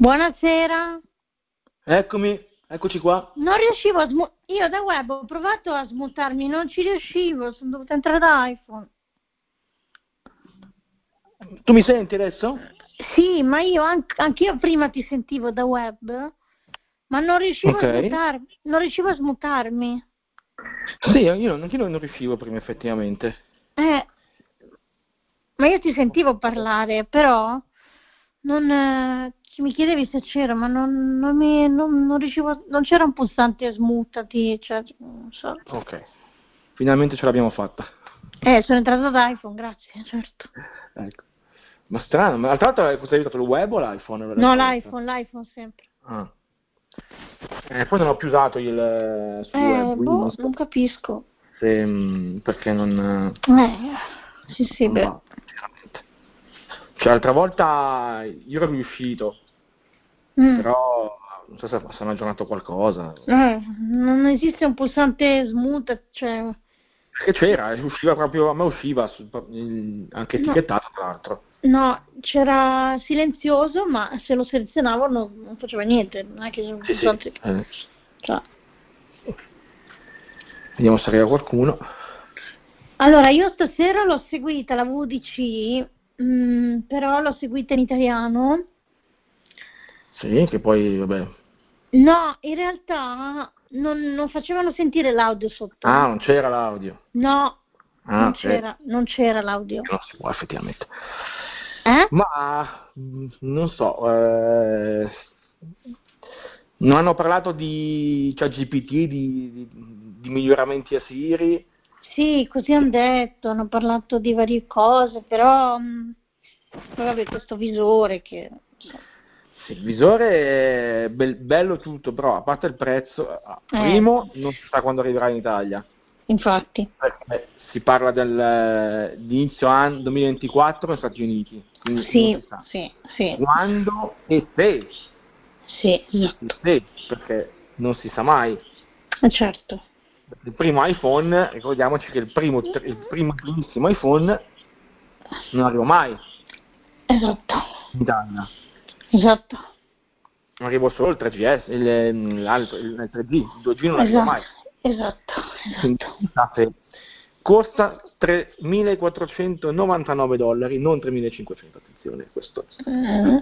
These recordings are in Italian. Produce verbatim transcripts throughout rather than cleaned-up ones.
Buonasera. Eccomi, eccoci qua. Non riuscivo a smu- io da web ho provato a smutarmi, non ci riuscivo, sono dovuta entrare da iPhone. Tu mi senti adesso? Sì, ma io anch- anch'io prima ti sentivo da web, ma non riuscivo Ok. a smutarmi, non riuscivo a smutarmi. Sì, io anche io non riuscivo prima effettivamente. Eh, ma io ti sentivo parlare, però non eh, mi chiedevi se c'ero, ma non, non mi non, non riuscivo, non c'era un pulsante smutati, cioè non so. Ok, finalmente ce l'abbiamo fatta. Eh, sono entrata da iPhone, grazie, certo. Ecco. Ma strano, ma tra l'altro cosa hai usato, il web o l'iPhone? No, l'iPhone, l'iPhone sempre. Ah. Eh, poi non ho più usato il eh, sul web, Eh, quindi non boh, so non capisco. se, mh, perché non, Eh, sì, sì, non beh. va, sinceramente. Cioè, l'altra volta io ero riuscito, Mm. però non so se se hanno aggiornato qualcosa. Eh, non esiste un pulsante smooth, cioè... Che c'era, usciva proprio, a me usciva su- anche No, etichettato tra l'altro. no, c'era silenzioso, ma se lo selezionavo non, non faceva niente, non è che c'era un Sì, sì. pulsante... Eh. Cioè. Vediamo se arriva qualcuno. Allora, io stasera l'ho seguita, la V D C, mm, però l'ho seguita in italiano. Sì, che poi, vabbè. No, in realtà non, non facevano sentire l'audio sotto. Ah, Eh. non c'era l'audio. No, Ah, non ok. c'era, non c'era l'audio. Non si può effettivamente. Eh? Ma, mh, non so, eh, non hanno parlato di ChatGPT, di, di, di miglioramenti a Siri. Sì, così hanno detto, hanno parlato di varie cose, però mh, poi vabbè, questo visore che... Sì, il visore è bel- bello tutto, però a parte il prezzo, eh, Eh, primo non si sa quando arriverà in Italia. infatti. Perché si parla del, eh, di inizio anno duemilaventiquattro negli Stati Uniti, quindi non Sì, si sa sì, sì, quando e se, sì, e esatto. se, perché non si sa mai. Eh, certo. Il primo iPhone, ricordiamoci che il primo, il primo primissimo iPhone non arrivò mai Esatto, in Italia, esatto, arrivò solo il tre G S, il, l'altro, il tre G, il due G non arrivò mai. esatto, esatto, Quindi, esatto. pensate, costa tremilaquattrocentonovantanove dollari, non tremilacinquecento, attenzione, questo, Mm.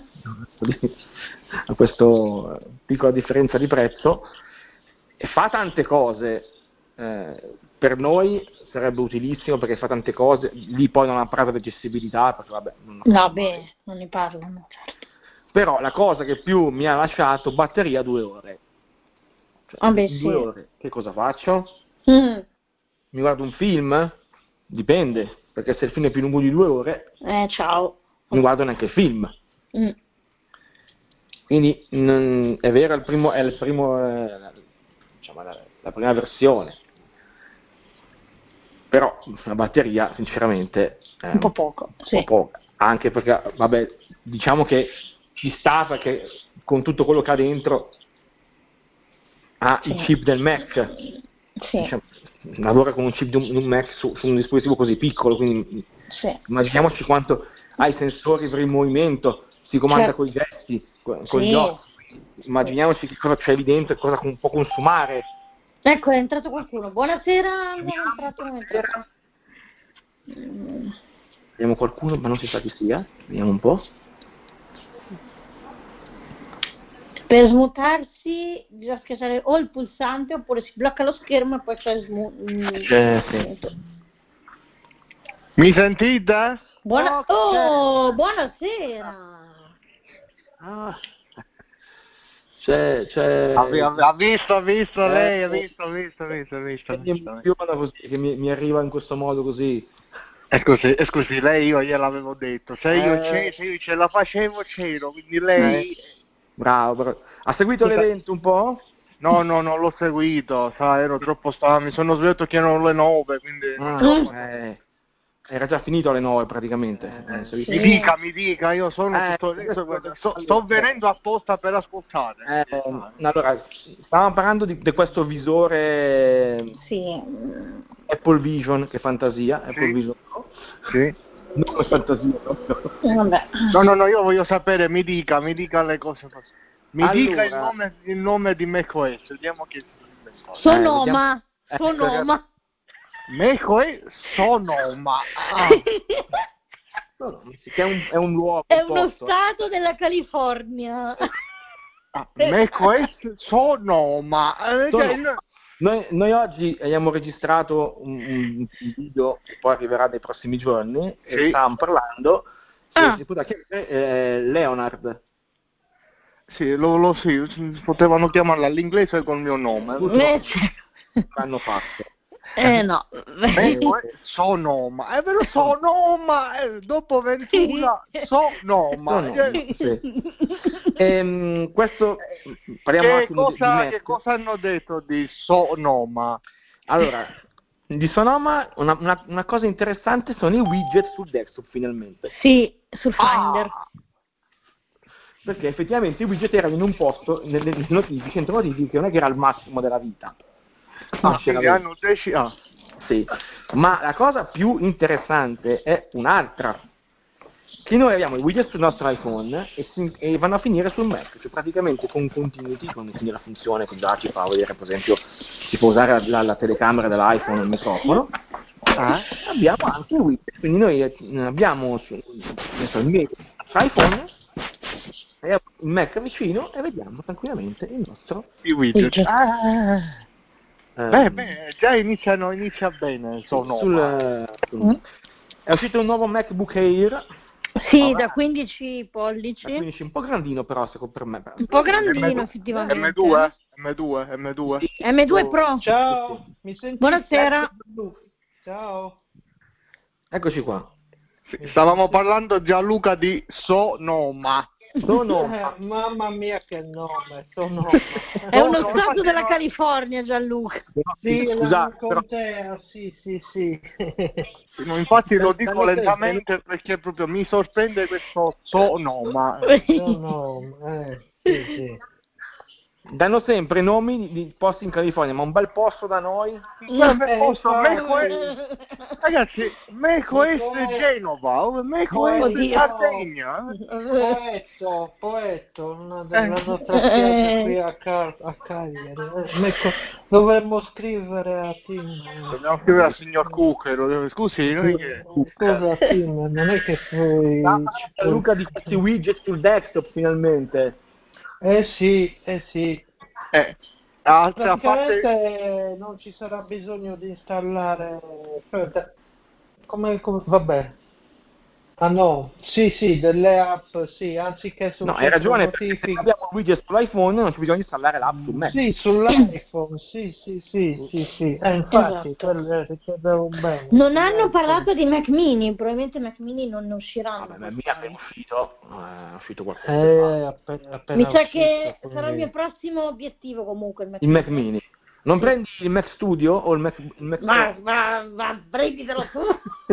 a questa piccola differenza di prezzo, e fa tante cose, eh, per noi sarebbe utilissimo perché fa tante cose, lì poi non ha parlato di accessibilità, perché vabbè, non lo fanno No, mai. beh, non ne parlano, certo. Però la cosa che più mi ha lasciato, batteria due ore. Cioè, Vabbè, in due sì. ore che cosa faccio? Mm. Mi guardo un film? Dipende, perché se il film è più lungo di due ore, Eh, ciao. non guardo neanche il film. Mm. Quindi non, è vero, il primo, è il primo, eh, la, diciamo, la, la prima versione, però la batteria sinceramente è Un po' un poco, po' sì. poca, anche perché, vabbè, diciamo che ci sta perché con tutto quello che ha dentro ha Sì. il chip del Mac, Sì. diciamo, lavora con un chip di un, di un Mac su, su un dispositivo così piccolo, quindi Sì. immaginiamoci quanto ha i sensori per il movimento, si comanda Certo. con i gesti, con, con gli Sì. occhi, immaginiamoci che cosa c'è lì dentro e cosa con- può consumare. Ecco, è entrato qualcuno. Buonasera, nuovo entrato, nuovo entrato. Mm. Vediamo qualcuno, ma non si sa chi sia, vediamo un po'. Per smutarsi bisogna schiacciare o il pulsante oppure si blocca lo schermo e poi c'è il smu- mm, C'è, sì. smuto. Mi sentite? Buona- Ok. oh, buonasera. Ah. C'è, c'è... Ha, vi- ha visto, ha visto Eh, lei, ha visto, ha visto, ha visto, ha visto. Ha mi visto. emoziona così, che mi, mi arriva in questo modo così. È così, è così, lei io gliel'avevo detto, se io, Eh, c'è, se io ce la facevo c'ero, quindi eh, lei... bravo, bravo. Ha seguito Ti fa- l'evento un po'? No, no, non l'ho seguito, sa, ero troppo stanco, mi sono svegliato che erano le nove, quindi non ce l'ho Ah, fatta. eh, era già finito alle nove praticamente. Eh, Eh, se- Sì. mi dica, mi dica, io sono eh, tutto... questo- guarda, sto, sto venendo apposta per ascoltare. eh, Ah, allora, stavamo parlando di, di questo visore Sì. Mm. Apple Vision, che fantasia, Apple sì, Vision Pro. sì. nome fantasia proprio. Vabbè. No, no, no, io voglio sapere, mi dica, mi dica le cose. Mi Allora, dica il nome, il nome di macOS, vediamo che... Sonoma, Eh, Sonoma. macOS Sonoma. Ah. No, no, che è un, è un luogo, È un uno posto. stato della California. Ah, macOS Sonoma. Eh, cioè, Sonoma. Noi, noi oggi abbiamo registrato un, un video che poi arriverà nei prossimi giorni e Sì. stavamo parlando, Ah. e si poteva chiamare eh, Leonard. Sì, lo, lo sì, potevano chiamarla all'inglese col mio nome. Eh, sì. Hanno fatto. Eh no. macOS Sonoma, è vero Sonoma, eh, dopo Ventura Sonoma. Sonoma, Eh, sì. Ehm, questo parliamo un Che attimo di, di cosa, Mac. che cosa hanno detto di Sonoma? Allora, di Sonoma una, una, una cosa interessante sono i widget sul desktop finalmente, Sì, sul Finder. Ah, perché effettivamente i widget erano in un posto nelle nelle notifiche, centro notifiche, non è che era il massimo della vita. ah, Ma c'era quindi vero. hanno deciso... Ah. Sì, ma la cosa più interessante è un'altra, che noi abbiamo i widget sul nostro iPhone e, si- e vanno a finire sul Mac, cioè praticamente con Continuity, con quindi la funzione che già ci fa vedere, per esempio, si può usare la, la telecamera dell'iPhone o il microfono, Eh? abbiamo anche i widget, quindi noi eh, abbiamo su, adesso il mio iPhone e il Mac vicino e vediamo tranquillamente il nostro I widget. Widget. Ah. ehm, Beh, beh, già iniziano, inizia bene Sonoma. sul, sul- Mm. è uscito un nuovo MacBook Air Sì, Vabbè. da quindici da pollici. quindici, un po' grandino però secondo per me. Un po' M grandino, due, effettivamente. M due, M due, M due. Sì, M due Pro. Ciao, mi sentite? Buonasera. Ciao. eccoci qua. Sì, stavamo parlando Gianluca di Sonoma. Sono Eh, mamma mia che nome, Sonoma. È uno No, no, stato infatti della no. California, Gianluca. Sì, la scusate, però, contea, sì, sì, sì. No, infatti lo dico Stanno sempre- lentamente perché proprio mi sorprende questo Sonoma. Sonoma, eh, sì, sì. danno sempre i nomi di, di posti in California, ma un bel posto da noi. No. Beh, Eh, posso, infatti. macOS, ragazzi, macOS Genova, oh, macOS Oddio. Sardegna. Poetto, Poetto, una Eh. della nostra spiaggia qui a, Car- a Cagliari. Eh, ecco, dovremmo scrivere a Tim. Dobbiamo scrivere al signor Cucchero, scusi, noi che... Scusa Tim, non è che poi... ci puoi- Luca di questi widget sul desktop finalmente. Eh sì, eh sì. Eh, altra parte... Praticamente non ci sarà bisogno di installare... aspetta, come, come... vabbè. Ah no, sì sì, delle app, sì, anziché sul No, hai centro ragione, perché se notifiche. abbiamo il widget sull'iPhone non c'è bisogno di installare l'app sul Mac. Sì, sull'iPhone, sì, sì, sì, sì, sì. Eh, infatti, Esatto. quello ricordevo bene. Non hanno sull'iPhone. parlato di Mac Mini, probabilmente Mac Mini non ne usciranno. Vabbè, ma mia è quest'anno. appena uscito, eh, è uscito qualcosa. Eh, appena, appena Mi sa uscito, che quindi- sarà il mio prossimo obiettivo comunque il Mac Il Mini. Mac Mini. Non Sì. prendi il Mac Studio o il Mac, il Mac Ma, Pro? ma, ma prenditelo tu.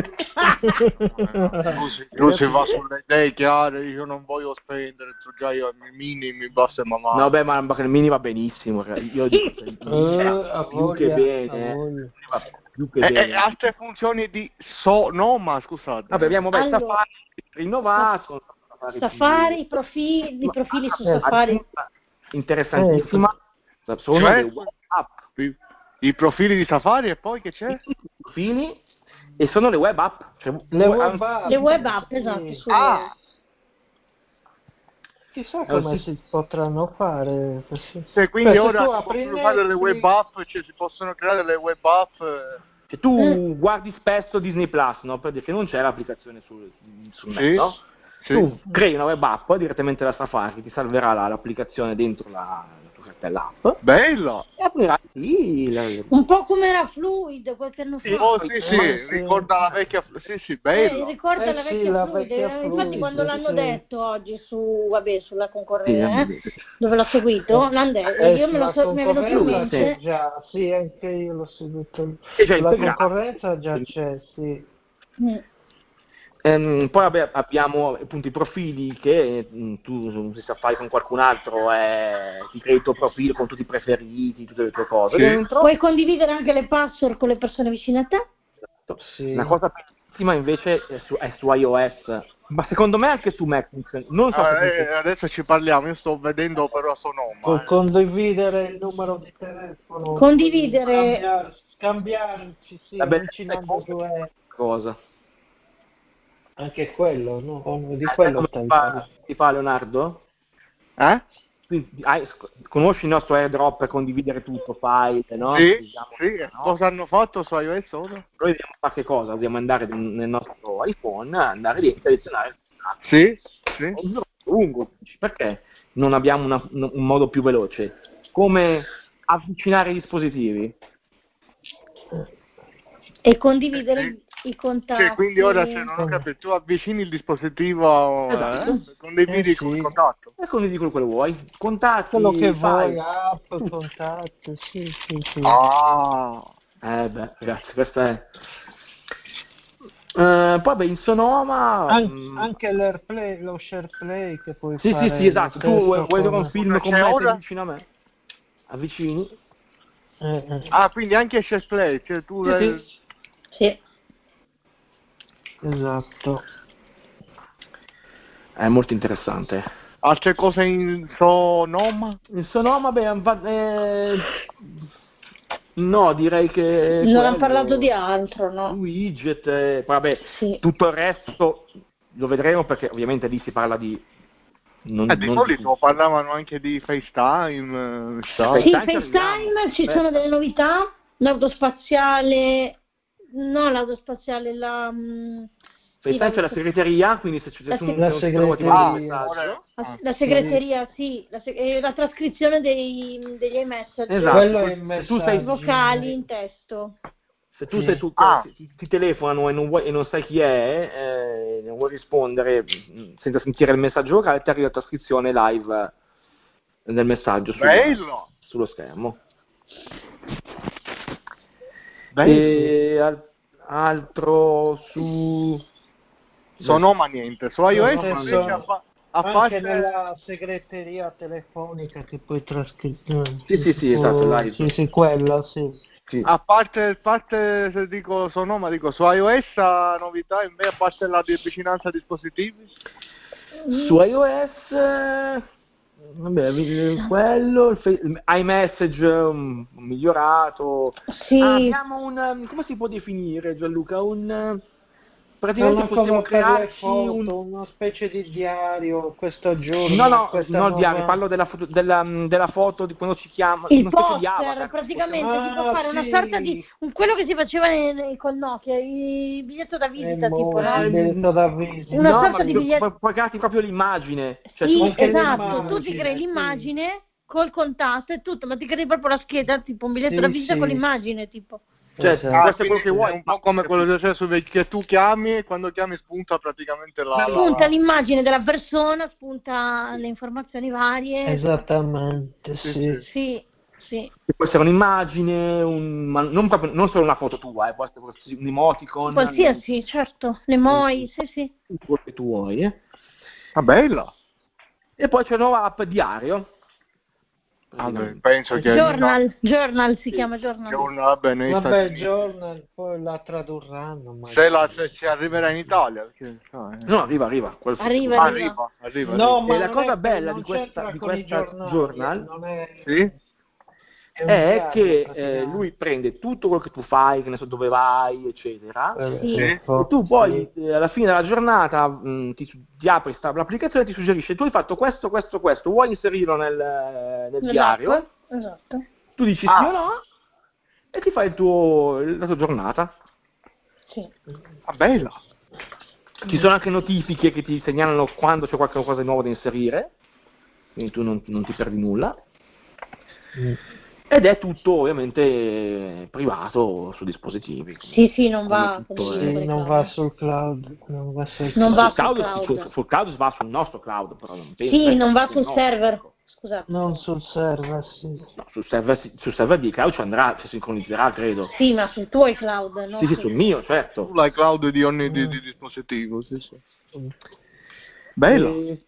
Lui si, lui si va sulle idee chiare, io non voglio spendere, tu già io i mini mi basta mamma. No, beh, ma ma il Mini va benissimo. Io dico che il Mini Eh, va a più che voglia, bene. a eh. voglia. Va più che E, e bene. altre funzioni di Sonoma, scusate. Vabbè, abbiamo beh, Allora. Safari rinnovato. Safari, Safari, i profili, i profili su Eh. Safari. Aggiunta interessantissima. Sono Cioè? le web app. I, i profili di Safari e poi che c'è? I profili e sono le web app. Cioè, Le voi- web ah, app. Le web app, sì. esatto. Su, Ah, Chissà È un come sito- si potranno fare questi. se quindi Beh, se ora tu si apri possono fare delle web Netflix- app, cioè si possono creare delle web app. eh, se tu Mm. guardi spesso Disney Plus, no? Perché non c'è l'applicazione sul, sul Mac, Sì, no? sì. Tu crei una web app direttamente da Safari, ti salverà la- l'applicazione dentro la, la tua cartella app Bello! e aprirai lì la- Un po' come era Fluid qualche anno fa. Oh sì, sì, Eh, sì. ricorda la vecchia... Sì, sì, Eh, bello! ricorda Eh la sì, vecchia la Fluid. vecchia eh, Infatti Fluid, quando l'hanno sì. detto oggi su, vabbè, sulla Sì, concorrenza, vabbè. eh, dove l'ho seguito, l'hanno detto, Eh, io me lo sulla so, mi è venuto in concorrenza c'è mente. già, sì, anche io l'ho seguito. È già Sulla integrato. concorrenza già c'è, sì. Mm. Ehm, poi vabbè, abbiamo appunto i profili che mh, tu se Safari con qualcun altro eh, ti crei il tuo profilo con tutti i preferiti, tutte le tue cose Sì. dentro. Puoi condividere anche le password con le persone vicine a te? Sì. La cosa più massima invece è su, è su iOS, ma secondo me anche su Mac. Non so Ah, se eh, adesso ci parliamo, io sto vedendo però Sonoma. Con- Eh. condividere il numero di telefono, Condividere. scambiar- scambiarci, sì, vabbè, avvicinando due, cosa. anche quello, no? O no, di Eh, sai quello come si stai fa, parlando. si fa, Leonardo? Eh? Quindi, hai- sc- conosci il nostro AirDrop per condividere tutto, file, no? Sì, Diciamo, sì. no? Cosa hanno fatto su iOS ora? Noi dobbiamo fare che cosa? Dobbiamo andare nel nostro iPhone, andare lì e selezionare il contatto. Sì, sì. Un lungo, perché non abbiamo una- un modo più veloce? Come avvicinare i dispositivi? E condividere Sì, i, i sì, contatti. quindi ora se non ho capito, tu avvicini il dispositivo, Esatto. eh, condividi Eh, con il sì. contatto. E condividi quello che vuoi. Contatti, Quello che vuoi, file. app, contatti, sì, sì, sì. Ah, Eh beh, ragazzi, questo è... Eh, poi beh, in Sonoma... An- mh, anche l'AirPlay, lo SharePlay che puoi sì, sì, fare sì, esatto. lo Tu vuoi, stesso vuoi vedere un con... film con c'è me, ora? sei vicino a me. Avvicini. eh, eh. ah, quindi anche SharePlay, cioè tu... Sì, eh, sì. Sì. Esatto. È molto interessante. altre cose in Sonoma? In Sonoma, beh, han fa- eh, no, direi che Non hanno quello, parlato di altro, no? widget, eh, vabbè, Sì. tutto il resto lo vedremo perché ovviamente lì si parla di non, Eh, di non di solito tutto. parlavano anche di FaceTime, eh, sai? Sì, FaceTime ci FaceTime, arriviamo, ci aspetta. sono delle novità, l'autospaziale, no l'autospaziale, la... mm, sì, FaceTime c'è la l'autos- segreteria, quindi se, se La tu seg- se La non ti trovo ti mando un segreteria. ora- messaggio. la, ah. la segreteria, sì, la, seg- e la trascrizione dei, degli iMessage Esatto. Quello è il Se tu sei, messaggio. vocali in testo. se tu Sì. sei su, Ah. ti, ti telefonano e non, vuoi, e non sai chi è, eh, non vuoi rispondere mh, senza sentire il messaggio vocale, ti arriva la trascrizione live eh, del messaggio sul- Bello! sullo schermo. Bello! E al- altro su... Sonoma niente, su iOS Sonoma invece no. a, pa- a Anche parte... nella segreteria telefonica che puoi trascrivere. Sì, sì, sì, esatto, live. Sì, sì, quella, sì. Sì. A parte, a parte se dico Sonoma, dico su iOS ha novità invece a parte la di vicinanza ai dispositivi? Su iOS, eh, vabbè, vi- quello, il, fe- il iMessage um, migliorato. Sì. Ah, abbiamo un, um, come si può definire, Gianluca? Un, eh, È praticamente una possiamo cosa per le crearci foto, un... una specie di diario, questo giorno, No, no, questa non il diario, nuova... parlo della foto, della, mm, della foto di quando ci chiama, Il una specie di poster, avatar. praticamente Possiamo- si può Ah, fare una sì. sorta di un- quello che si faceva nei- nei- col Nokia, il biglietto da visita, È tipo, molto no? Eh, bello da visita. Una no, sorta ma di pu- biglietto. pu- puoi crearti proprio l'immagine. Cioè, Sì, tu Anche esatto, tu ti l'immagine, crei sì. l'immagine col contatto e tutto, ma ti crei proprio la scheda, tipo un biglietto Sì, da visita sì. con l'immagine, tipo. Cioè, Esatto. Ah, questo è quello quindi che è vuoi. un po' come quello che c'è su che tu chiami e quando chiami spunta praticamente la... la- Spunta la- l'immagine della persona, spunta le informazioni varie. Esattamente, Sì, sì. sì. Sì, sì. Che può essere un'immagine, un, ma non, proprio, non solo una foto tua, eh, può essere qualsiasi- un emoticon, Qualsiasi, certo, le moi, sì, sì. tutto quello che tu vuoi. Eh. Ah, bella! E poi c'è una nuova app diario. Vabbè, penso che... Journal, journal si Sì. chiama journal. Giorno, vabbè, negli Stati Vabbè, Uniti. Journal poi la tradurranno. magari. Se, la, se ci arriverà in Italia, perché, sai, No, arriva, arriva. quello Arriva, sicuro. arriva, arriva, No, arriva. ma E la non cosa è- bella non di questa, c'entra di con i questa giornali, journal non è, Sì? è un è diario, che eh, praticamente. lui prende tutto quello che tu fai, che ne so dove vai, eccetera, Eh, Sì. le e foto, tu poi sì. eh, alla fine della giornata mh, ti, su- ti apri sta- l'applicazione e ti suggerisce tu hai fatto questo, questo, questo, vuoi inserirlo nel, nel Nell'app, diario? esatto. Tu dici Ah. sì o no e ti fai il tuo, la tua giornata. Sì. Ah, bella! Ci sono anche notifiche che ti segnalano quando c'è qualcosa di nuovo da inserire, quindi tu non, non ti perdi nulla. Mm. Ed è tutto ovviamente privato su dispositivi. Sì, sì, non come va tutto condiviso è. con Sì, i non cloud. va sul cloud, non va sul Non cloud. va sul, sul cloud, cloud. sul, sul cloud va sul nostro cloud, però non penso. Sì, eh, non va che sul no. server. Scusate. Non sul server, sì. No, sul server, sì- sul server di cloud ci andrà, ci sincronizzerà, credo. Sì, ma sul tuo cloud, non Sì, sì, sul sul mio, certo. Tu l'hai cloud di ogni di, Mm. di dispositivo, sì, sì. Mm. Bella! E...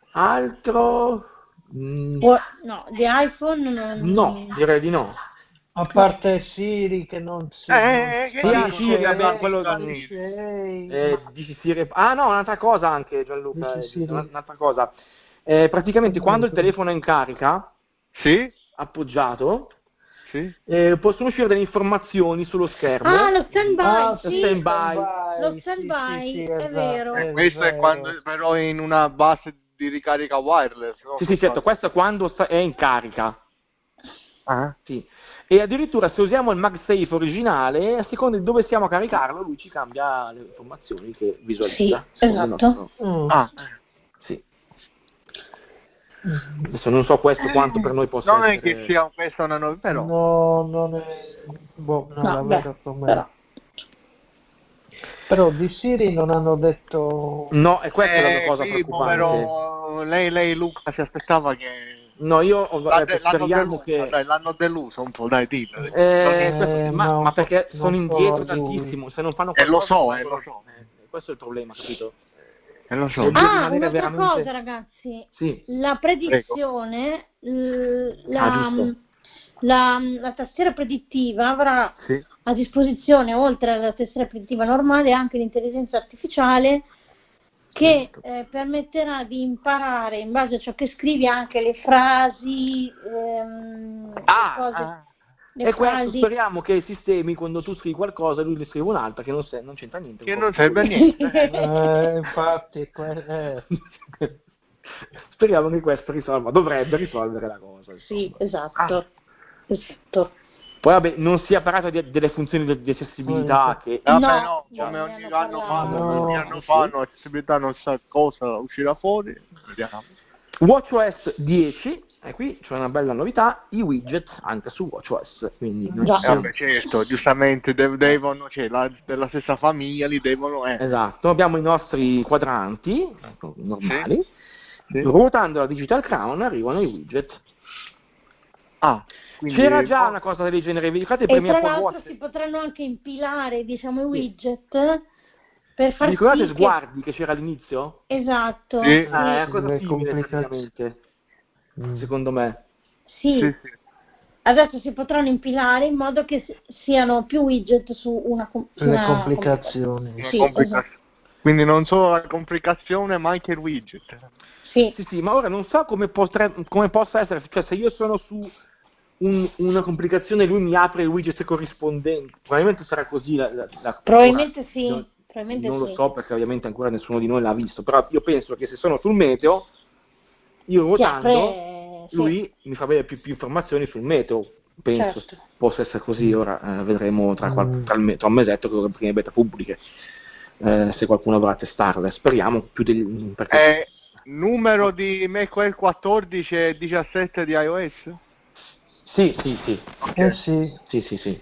Altro? Mm, O- no, di iPhone non... no, direi di no. A parte Siri che non si... Eh, non che Sì, ah, dici? Siri, vabbè, Eh, quello sparisce. eh, dici Siri. Ah no, un'altra cosa anche Gianluca, Dici eh, Siri. un'altra cosa. Eh, praticamente quando il telefono è in carica, Sì? appoggiato, Sì? eh, possono uscire delle informazioni sullo schermo. Ah, lo stand-by, Ah, sì. sì, stand-by. Lo sì, sì, stand-by, sì, è esatto, vero. Eh, è questo è vero. quando però in una base di ricarica wireless, no? Sì, sì, certo, questo è quando sta- è in carica. Ah. Sì. E addirittura se usiamo il MagSafe originale, a seconda di dove stiamo a caricarlo, lui ci cambia le informazioni che visualizza. Sì, secondo il esatto. nostro- Mm. Ah. Sì. Adesso non so questo quanto per noi possa Non è che essere... sia questa una novità, però. No, non è... Boh, non No, la beh, vedo come... però. Però di Siri non hanno detto... No, e questa è la Eh, cosa qui, preoccupante. povero, lei, lei Luca si aspettava che... No, io ho l'ha- detto, l'hanno speriamo delusa, che... dai, l'hanno deluso un po', dai, dillo. Eh, questo sì, Eh, ma, ma un ma po'- perché sono non indietro solo lui. tantissimo, se non fanno Eh, lo qualcosa so, eh, rimangono... lo so. eh, questo è il problema, capito? Eh, lo so. Voglio Ah, rimanere un'altra veramente... cosa, ragazzi. Sì. La predizione, l- Ah, la, giusto. la, la tastiera predittiva avrà Sì. a disposizione, oltre alla tastiera predittiva normale, anche l'intelligenza artificiale che eh, permetterà di imparare in base a ciò che scrivi anche le frasi, ehm, le Ah, cose, ah. le E questo frasi. speriamo che i sistemi, quando tu scrivi qualcosa, lui ne scrive un'altra che non, se- non c'entra niente. Che con non quello serve a che- niente. Eh, infatti, que- eh. Speriamo che questo risolva, dovrebbe risolvere la cosa. Sì, Insomma. esatto. esatto. Poi vabbè, non si è parlato di- delle funzioni di, di accessibilità che Vabbè, No, no, non come ne ogni hanno anno parlato. fanno, No. ogni anno fanno, accessibilità non sa cosa uscirà fuori, vediamo. WatchOS dieci, e qui c'è una bella novità, i widget anche su WatchOS, quindi non Già. ci Eh, siamo. vabbè, certo, giustamente dev- devono, cioè, la, della stessa famiglia li devono, eh. Esatto, abbiamo i nostri quadranti, ecco, normali, Sì. ruotando la Digital Crown arrivano i widget. Ah, quindi... C'era già no, una cosa del genere, vi ricordate i E primi tra Apple l'altro Watch? si potranno anche impilare, diciamo, i Sì. widget per Vi far ricordate sì che... sguardi che c'era all'inizio? Esatto, Sì. sì, Ah, è una cosa Le simile complicazioni. praticamente, Mm. secondo me. sì. sì, sì. Adesso si potranno impilare in modo che si- siano più widget su una, com- su Le una complicazioni. Una Sì, complica- esatto. Quindi non solo la complicazione, ma anche il widget. Sì. Sì, sì, ma ora non so come, potre- come possa essere, cioè se io sono su un- una complicazione lui mi apre il widget corrispondente, probabilmente sarà così. La, la- la- Probabilmente ora, sì, non, probabilmente non lo sì. so perché ovviamente ancora nessuno di noi l'ha visto, però io penso che se sono sul meteo, io ruotando, apre, sì. lui mi fa vedere più, più informazioni sul meteo, penso Certo. possa essere così, ora eh, vedremo tra, qual- Mm. tra, il me- tra un mesetto con le prime beta pubbliche, eh, se qualcuno vorrà testarle, speriamo più del, perché... Eh, numero di macOS quattordici e diciassette di iOS? Sì, sì, sì, Eh sì. sì, sì, sì.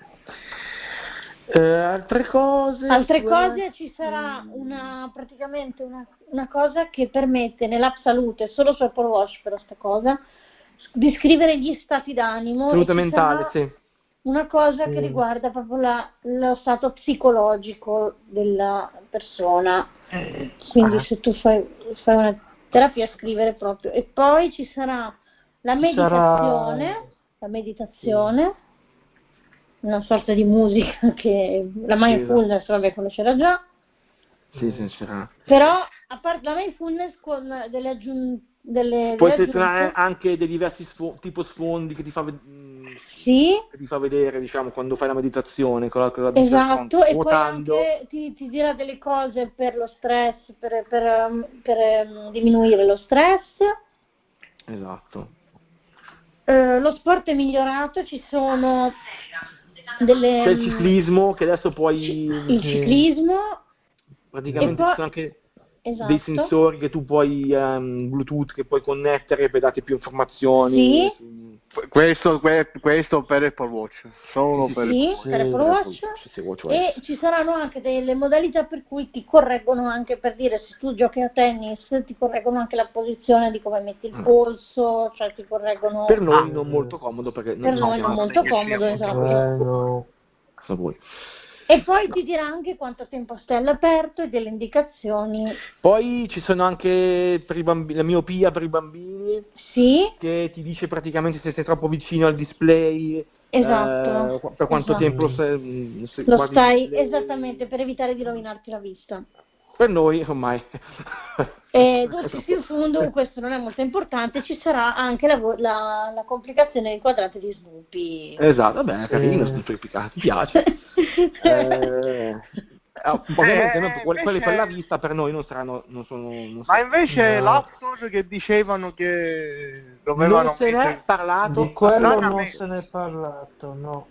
Eh, altre cose? Altre su- cose, ci sarà una praticamente una, una cosa che permette nell'app salute, solo su Apple Watch però sta cosa, di scrivere gli stati d'animo. Salute e ci mentale, sarà sì. una cosa che Mm. riguarda proprio la- lo stato psicologico della persona. Quindi Ah. se tu fai, fai una terapia, scrivere proprio. E poi ci sarà la Ci meditazione, sarà- la meditazione, una sorta di musica che la mindfulness, vabbè, quello c'era già. Sì, sì, c'era. Però a parte la mindfulness con delle aggiunte delle, Puoi delle selezionare aggiunte, anche dei diversi sfo- tipo sfondi che ti fa, ved- mh, sì, che ti fa vedere, diciamo, quando fai la meditazione con la, con la Digital Crown, esatto, e poi ruotando. anche ti, ti dirà delle cose per lo stress, per, per, um, per, um, diminuire lo stress. Esatto. Eh, lo sport è migliorato, ci sono delle C'è il um, ciclismo che adesso ci- puoi, il ciclismo, praticamente e ci poi sono anche dei esatto, sensori che tu puoi, ehm, Bluetooth, che puoi connettere per darti più informazioni. Sì. su- Questo, que- questo per Apple Watch, solo Sì, sì, per sì. sì, Apple Watch. per Apple per Watch. Apple- sì, WatchOS. E ci saranno anche delle modalità per cui ti correggono anche, per dire, se tu giochi a tennis, ti correggono anche la posizione di come metti il Mm. polso, cioè ti correggono. Per noi Ah. non molto comodo perché Per noi non no, molto non è che sia comodo, molto esatto. Eh, no. cosa vuoi. E poi ti dirà anche quanto tempo stai all'aperto e delle indicazioni. Poi ci sono anche per i bambi- la miopia per i bambini, Sì, che ti dice praticamente se sei troppo vicino al display, Esatto, eh, per quanto esatto. tempo se, se Lo guardi stai le- esattamente per evitare di rovinarti la vista. Per noi ormai. E dolcis in fundo, questo non è molto importante, ci sarà anche la, vo- la, la complicazione dei quadrati di Snoopy. Esatto, vabbè, è carino, Sì. tutto piccato, mi piace. Eh, eh, ovviamente noi, Eh, quelli quelli per la invece- vista per noi non saranno, non sono, non Ma so- invece No. l'Aptor che dicevano che non dovevano se n'è mettere... parlato, Di quello non Stranamente. se ne è parlato, no.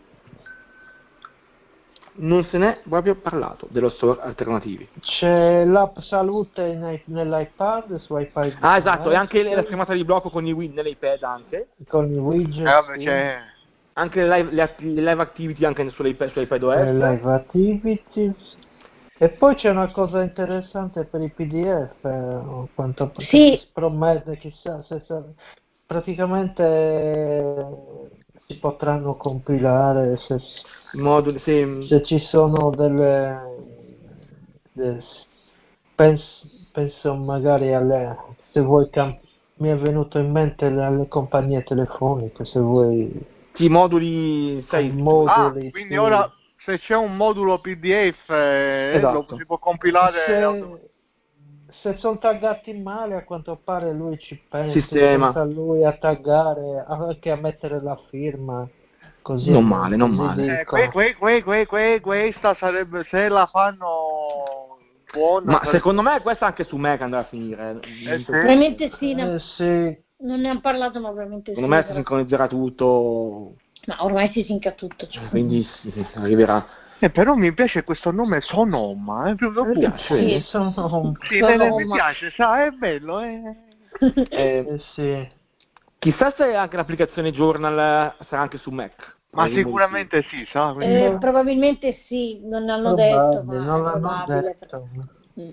non se n'è proprio parlato dello store alternativi. C'è l'app salute in i- nell'iPad, su iPad Ah, esatto, e anche la Master, schermata di blocco con i win nell'iPad anche, con i Eh, widget, vabbè, sì, c'è... anche le live, le, att- le live activity anche sull'iPad, sull'iPad O S. le live activities. E poi c'è una cosa interessante per i P D F, eh, quanto perché Sì. si promette, chissà se sa- praticamente eh, si potranno compilare se, Moduli, sì. se ci sono delle, de- penso, penso magari alle, se vuoi cam- mi è venuto in mente le- alle compagnie telefoniche, se vuoi Sì, moduli, sai, con Ah, moduli, quindi sì. ora se c'è un modulo P D F eh, Esatto. lo si può compilare automaticamente. Se, se sono taggati male, a quanto pare lui ci pensa, Sistema. pensa lui a taggare, anche a mettere la firma, così Non almeno- male, non così male. Eh, dicono. que, que, que, que, que- questa sarebbe, se la fanno buona, Ma sarebbe- secondo me questa anche su Mac andrà a finire. Eh, sì. Probabilmente sì, ne- Eh, sì. non ne hanno parlato, ma probabilmente Secondo me sì. si sincronizzerà tutto, Ma ormai si sinca tutto. Cioè. quindi sì, sì, arriverà. Eh, però mi piace questo nome Sonoma, eh, proprio Mi piace, Sì. vedi? Sono, Sì, ne- ne- mi Sonoma. piace, sa, è bello, eh. Eh, eh, sì. chissà se anche l'applicazione Journal sarà anche su Mac. Ma Per i motivi. sicuramente sì, sa, quindi... Eh, No. probabilmente sì, non hanno detto, Probabile, ma non è l'hanno probabile. detto. Mm.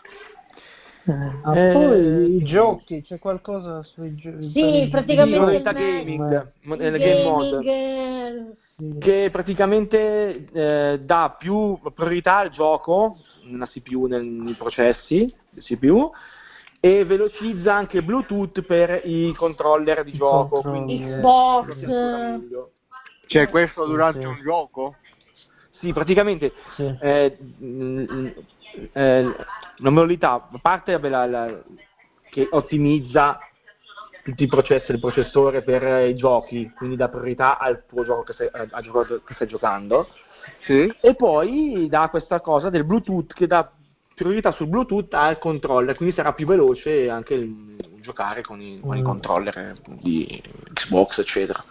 Ah, Eh, poi i sì. giochi, c'è qualcosa sui giochi? Sì, praticamente Modalità il Mac, gaming, mo- il eh, game mode, gaming, eh, che praticamente eh, dà più priorità al gioco nella C P U, nel- nei processi del C P U, e velocizza anche Bluetooth per i controller di I gioco, controller. quindi è Xbox, ancora meglio. C'è questo Sì, durante sì. un gioco? Sì, praticamente Sì. eh, mh, eh, la modalità, a parte vabbè, la, la, che ottimizza tutti i processi del processore per i giochi, quindi dà priorità al tuo gioco che stai, al gioco che stai giocando, Sì. e poi dà questa cosa del Bluetooth che dà priorità sul Bluetooth al controller, quindi sarà più veloce anche il, il giocare con i, con i Mm. controller di Xbox, eccetera.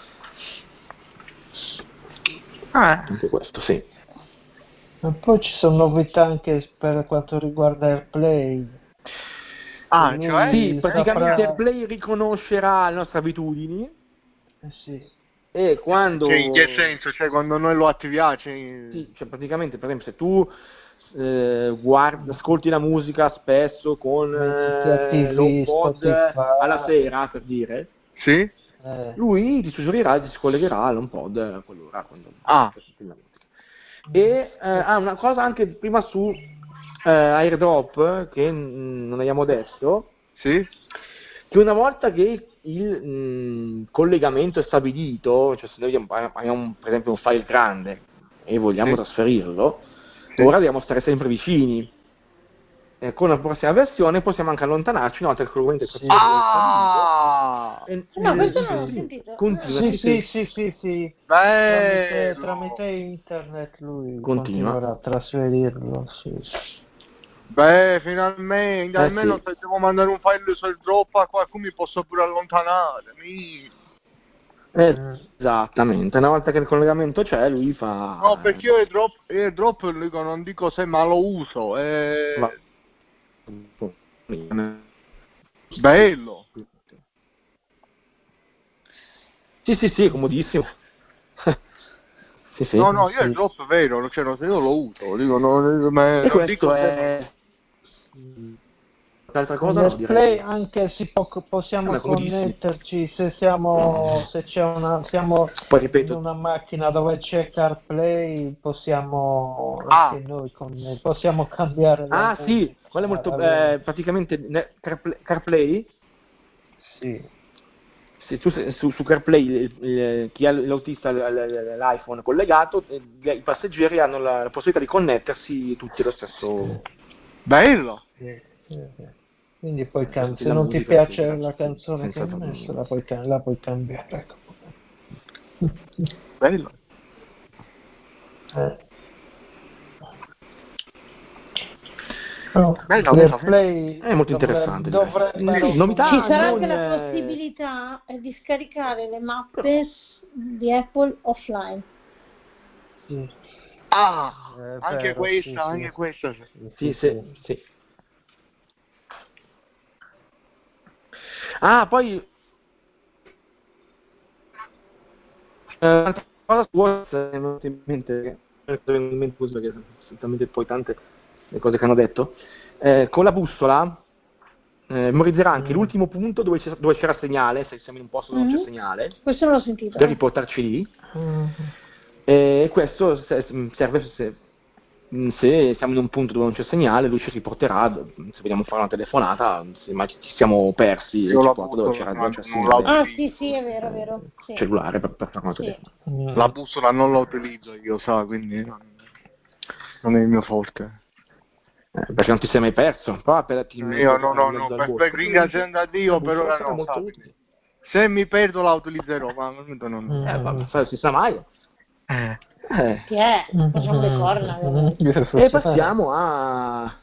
Ah, Anche questo, sì. Ma poi ci sono novità anche per quanto riguarda AirPlay. ah Lui cioè? Sì, praticamente saprà- AirPlay riconoscerà le nostre abitudini Eh sì. e quando... Cioè, in che senso? Cioè, quando noi lo attiviamo? Cioè... Sì, cioè praticamente, per esempio, se tu eh, guardi, ascolti la musica spesso con Mettiti a eh, T V, l'HomePod Spotify. alla sera, per dire, Sì? Eh. lui ti suggerirà di scollegherà all'HomePod a quell'ora quando Ah. ascolti la musica. E eh, ah, una cosa anche prima su eh, AirDrop che mh, non abbiamo detto, Sì? che una volta che il mh, collegamento è stabilito, cioè se noi abbiamo, abbiamo, per esempio un file grande e vogliamo Sì. trasferirlo, Sì. ora dobbiamo stare sempre vicini. E con la prossima versione possiamo anche allontanarci una volta che il collegamento è Sì. Ah! stabilito. E, No, e- questo e- non l'ho sì, sentito. continua, Sì, sì, sì, sì, sì, sì, sì. Tramite, Bello! tramite internet lui Continua. continuerà a trasferirlo, sì. Beh, finalmente, Eh, almeno sì. se devo mandare un file sul drop a qualcuno mi posso pure allontanare. Mi... Eh, esattamente, una volta che il collegamento c'è, lui fa... No, perché io il drop, il drop dico, non dico se, ma lo uso. Eh... va- Bello! Sì, sì, sì, comodissimo. Sì, sì. No, no, io il Sì. drop vero, cioè, non- io lo uso, dico, non, ma, E non questo dico se no. è... Altra Con cosa no, direi l'AirPlay che... anche si può, possiamo Ma è comodissimo. connetterci se siamo, se c'è una, siamo Poi in ripeto, una macchina dove c'è CarPlay, possiamo Ah. anche noi conne- possiamo cambiare la ah sì, musica. quello è molto... Allora, Eh, praticamente ne- CarPlay, CarPlay sì. se tu su, su CarPlay il, il, chi ha l'autista l'iPhone collegato, i passeggeri hanno la, la possibilità di connettersi tutti allo stesso. Bello. Sì, sì, sì. Quindi poi cambi. Se la non ti musica piace senza- la canzone che hai senza- messo, la puoi, ca- la puoi cambiare. Ecco. Bello. Eh. No, Bello, per bello, play È molto dovre- interessante, direi. dovrebbero Sì, novità Ci sarà non, anche la eh, possibilità eh, di scaricare le mappe s- di Apple offline. Sì, Ah, è anche vero, questa, sì, anche sì. questa. sì. Sì, sì, sì. Ah, poi eh, un'altra cosa su WhatsApp mi è venuta in mente, che- mi è venuta in mente così, perché sono talmente poi tante le cose che hanno detto. Eh, con la bussola eh, memorizzerà anche Mm. l'ultimo punto dove c'era, dove c'era segnale, se siamo in un posto dove non Mm. c'è segnale, Questo non l'ho sentito. per eh. riportarci lì. Mm. E questo se- serve se, se siamo in un punto dove non c'è segnale, lui ci riporterà, se vogliamo fare una telefonata, se mai ci siamo persi, Io ci la porta dove bussola c'era, non, dove c'è non la segnale Ah, utilizzo. sì, sì, è vero, è vero. Sì. cellulare per, per fare una Sì. telefonata. Mm. La bussola non la utilizzo io, sa, quindi non, non è il mio forte. Eh, perché non ti sei mai perso, poi per in mezzo, Io no, no, in mezzo no, al per, bosco. per ringraziando a Dio La per bussola ora sarà no, molto sa, utile. quindi se mi perdo la utilizzerò, ma al momento non... Mm. Eh, vabbè, sai, si sa mai. Eh. Eh. Che è? Mm. Facciamo le corna. veramente. E passiamo a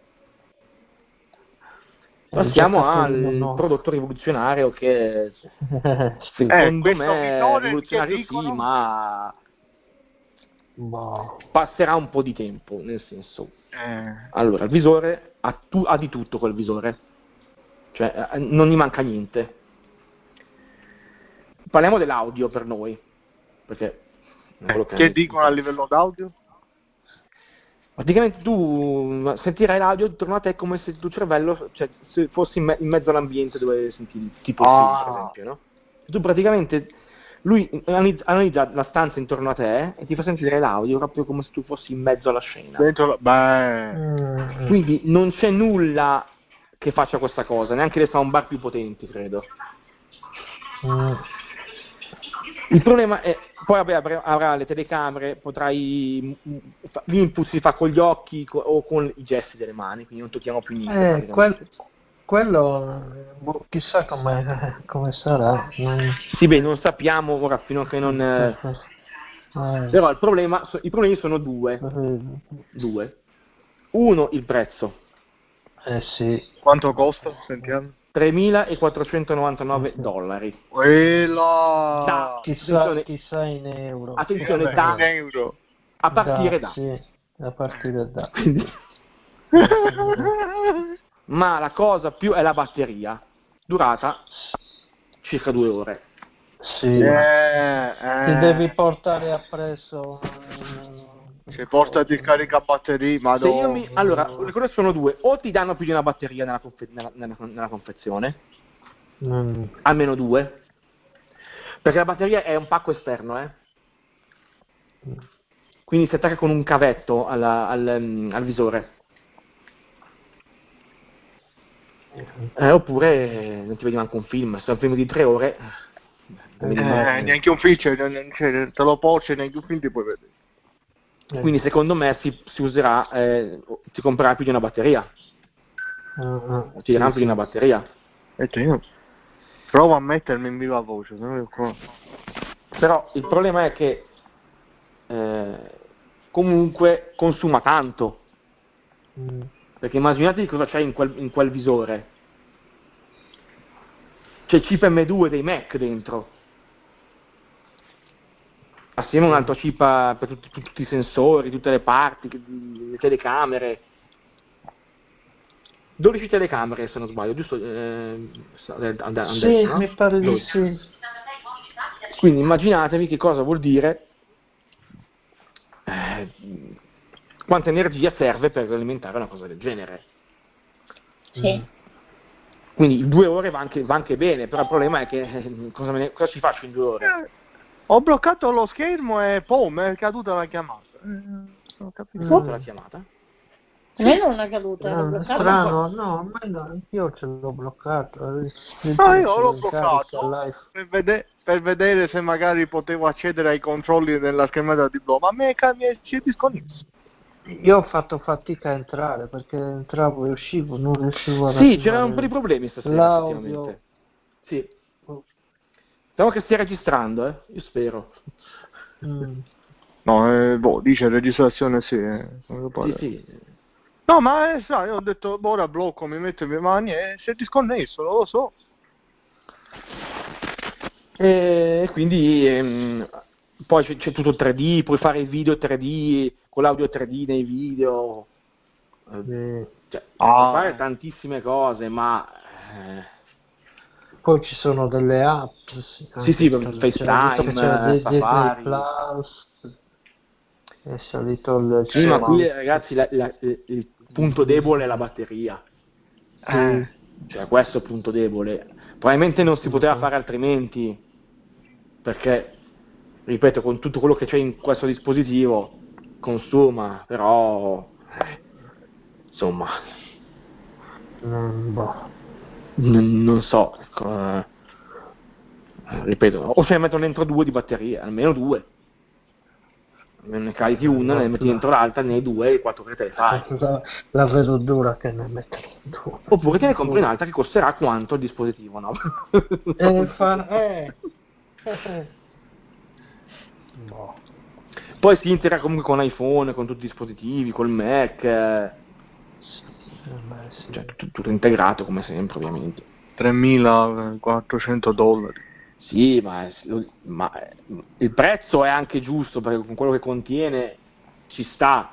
passiamo al no. prodotto rivoluzionario che Sì. Eh, secondo questo me visore che rivoluzionario sì, dicono? ma Boh. passerà un po' di tempo, nel senso. Eh. Allora, il visore ha, tu- ha di tutto quel visore, cioè eh, non gli manca niente. Parliamo dell'audio per noi, perché è quello Eh, che a che me dicono a interessa. livello d'audio? Praticamente tu sentirai l'audio intorno a te come se il tuo cervello, cioè, se fossi in, me- in mezzo all'ambiente dove senti tipo il film, per Ah, esempio, no? Tu praticamente, lui analizza, analizza la stanza intorno a te e ti fa sentire l'audio proprio come se tu fossi in mezzo alla scena. dentro la... Beh... Mm. Quindi non c'è nulla che faccia questa cosa, neanche le soundbar più potenti, credo. Mm. Il problema è, poi vabbè, avrà, avrà le telecamere, potrai, l'input si fa con gli occhi co- o con i gesti delle mani, quindi non tocchiamo più niente Eh, praticamente. quel, quello, boh, chissà come, come sarà. Non... Sì, beh, non sappiamo ora fino a che non... eh, Eh, Però il problema, so- i problemi sono due. eh, Due. Uno, il prezzo. eh sì. Quanto costa? Sentiamo. tremilaquattrocentonovantanove dollari. Quella... Da, Chissà, attenzione, chissà in euro. Sì, attenzione, vabbè, da, in euro. a partire Da, da. sì, a partire da. Quindi, ma la cosa più è la batteria, durata circa due ore. Sì. Eh, Ti eh. devi portare appresso. eh, Se portati il caricabatterie, Se io madonna. mi, allora, le cose sono due, o ti danno più di una batteria nella, confe- nella, nella, nella confezione, Mm. almeno due, perché la batteria è un pacco esterno, eh? Quindi si attacca con un cavetto alla- al, mm, al visore. Eh, oppure non ti vedi manco un film, se è un film di tre ore, Eh, vedi Eh, niente. neanche un film, cioè, non- non- cioè, te lo porci, neanche un film ti puoi vedere. eh, Quindi secondo me si, si userà, eh, si comprerà più di una batteria, ah, ah, ti daranno sì, più di una sì. batteria. E tu, io provo a mettermi in viva voce, se no io qua... Però il problema è che eh, comunque consuma tanto, Mm. perché immaginate cosa c'è in quel, in quel visore. C'è chip M due dei Mac dentro, assieme a un altro chip eh, per tutti, tutti i sensori, tutte le parti, le telecamere. dodici telecamere se non sbaglio, giusto? Eh, hanno Sì, detto, no? mi pare di dodici. sì. Quindi immaginatevi che cosa vuol dire, eh, quanta energia serve per alimentare una cosa del genere. Sì. Quindi due ore va anche, va anche bene, però il problema è che eh, cosa, me ne, cosa ci faccio in due ore? Eh, ho bloccato lo schermo e pom, è caduta la chiamata. Eh, non ho capito. È caduta la chiamata? A me non è caduta, era No, è bloccata. strano, no, a me no, anch'io ce l'ho bloccato. No, io l'ho bloccato per, vede- per vedere se magari potevo accedere ai controlli della schermata di blocco, ma a me ca- mi è si è disconnesso. Io ho fatto fatica a entrare perché entravo e uscivo, non riuscivo a Sì, c'erano un po' di problemi stasera, l'audio. effettivamente. Sì. Speriamo che stia registrando, eh? Io spero. Mm. No, eh, boh, dice registrazione sì. Eh, non Sì, sì. No, ma eh, sai, io ho detto, boh, ora blocco, mi metto in mie mani e si è disconnesso, non lo so. E quindi ehm, poi c'è, c'è tutto il tre D, puoi fare i video tre D con l'audio tre D nei video. Sì. Cioè, Ah, puoi fare eh. tantissime cose, ma eh, Poi ci sono delle app, sì, sì, sì, c'era, FaceTime, c'era Disney Safari. Plus, è salito il Sì, ma qui cinema. ragazzi la, la, il punto debole è la batteria. Eh. Cioè questo è il punto debole. Probabilmente non si poteva fare altrimenti, perché, ripeto, con tutto quello che c'è in questo dispositivo consuma, però eh, insomma Mm, boh. n- non so, eh, ripeto, o ce ne mettono dentro due di batterie, almeno due. Ne carichi una, ne metti dentro l'altra, ne hai due e quattro che te le fai. La, la vedo dura che ne mettono due. Oppure te ne compri un'altra che costerà quanto il dispositivo, no? Eh, fa, eh. Boh. Poi si integra comunque con iPhone, con tutti i dispositivi, col Mac, eh, Eh, beh, sì. cioè tutto, tutto integrato come sempre ovviamente. tremilaquattrocento dollari. Sì, ma, ma il prezzo è anche giusto perché con quello che contiene ci sta.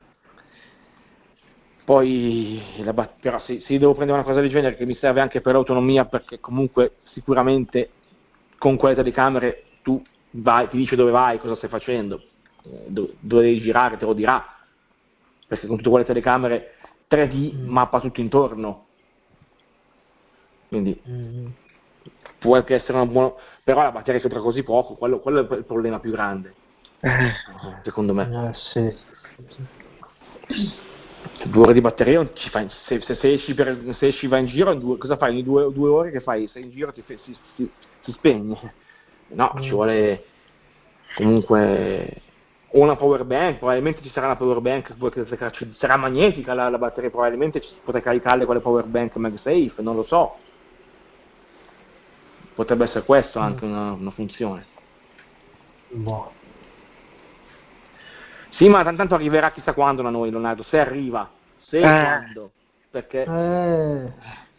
Poi, la bat- però se, se io devo prendere una cosa del genere che mi serve anche per l'autonomia, perché comunque sicuramente con quelle telecamere tu vai, ti dice dove vai, cosa stai facendo, eh, dove, dove devi girare, te lo dirà, perché con tutte quelle telecamere tre D Mm. mappa tutto intorno, quindi Mm. può anche essere una buona, però la batteria sopra così poco, quello, quello è il problema più grande, Eh. secondo me. Eh, sì. Due ore di batteria non ci fai, se, se, se, esci per, se esci vai in giro, in due, cosa fai? In due, due ore che fai? Sei in giro ti, si, si, si spegne. No, Mm. ci vuole comunque o una power bank, probabilmente ci sarà una power bank, ci sarà magnetica la, la batteria, probabilmente ci potrai caricarle con le power bank MagSafe, non lo so. Potrebbe essere questo anche una, una funzione. Boh. Sì, ma tanto arriverà chissà quando da noi, Leonardo, se arriva, se e Eh. quando, perché Eh.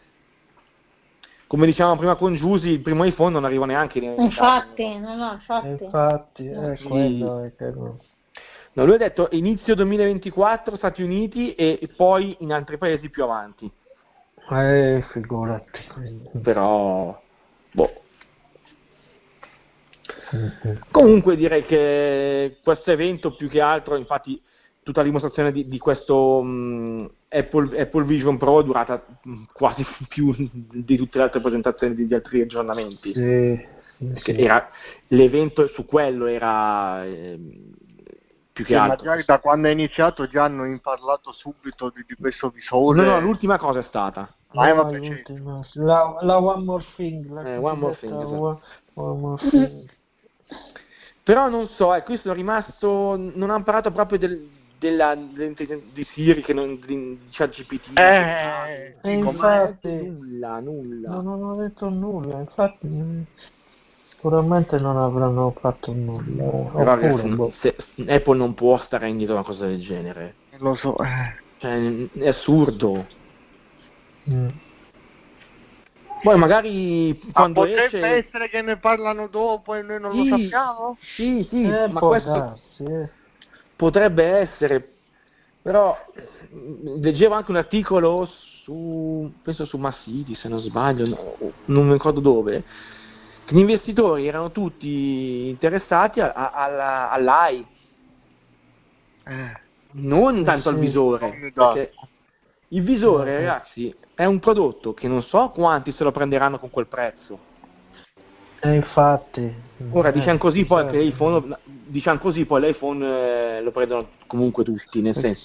come dicevamo prima con Giusy, il primo iPhone non arriva neanche in Infatti, no, no, infatti. Infatti, è Quindi- quello è che no. No, lui ha detto inizio duemilaventiquattro Stati Uniti e poi in altri paesi più avanti. Eh, figurati. quindi. Però, boh. Mhm. Comunque direi che questo evento più che altro, infatti tutta la dimostrazione di, di questo mh, Apple, Apple Vision Pro è durata mh, quasi più di tutte le altre presentazioni di, di altri aggiornamenti. Sì, sì, Perché sì. era, l'evento su quello era eh, più che Sì, ma altro. già da quando è iniziato già hanno parlato subito di, di questo visore. No, no, l'ultima cosa è stata. Ah, No, vabbè, sì. l'ultima, la, la One More Thing, la Eh, One More cosiddetta Thing, esatto. one, one More Thing. Però non so, ecco, io sono rimasto, non hanno parlato proprio del, della, dell'intelligenza di Siri, che non, di ChatGPT. Eh, E dico, non hanno infatti, detto nulla, nulla. no, non ho detto nulla, infatti mm, sicuramente non avranno fatto nulla, Però oppure, ragazzi, no- boh. se, Apple non può stare indietro a una cosa del genere. lo so. Eh. Cioè, è assurdo. Mm. Poi magari Ma quando potrebbe esce... essere che ne parlano dopo e noi non lo Sì, sappiamo? sì, sì, Eh, ma può questo darsi, eh. potrebbe essere, però mh, leggevo anche un articolo su, penso su Massiti se non sbaglio, no, non mi ricordo dove, che gli investitori erano tutti interessati a- a- alla- all'A I, Eh. non Eh, tanto al sì. visore, Non mi dà. perché il visore, Eh, eh. ragazzi, è un prodotto che non so quanti se lo prenderanno con quel prezzo. E infatti, Ora eh, diciamo così poi che sai, l'iPhone, diciamo così poi l'iPhone eh, lo prendono comunque tutti, nel eh, senso.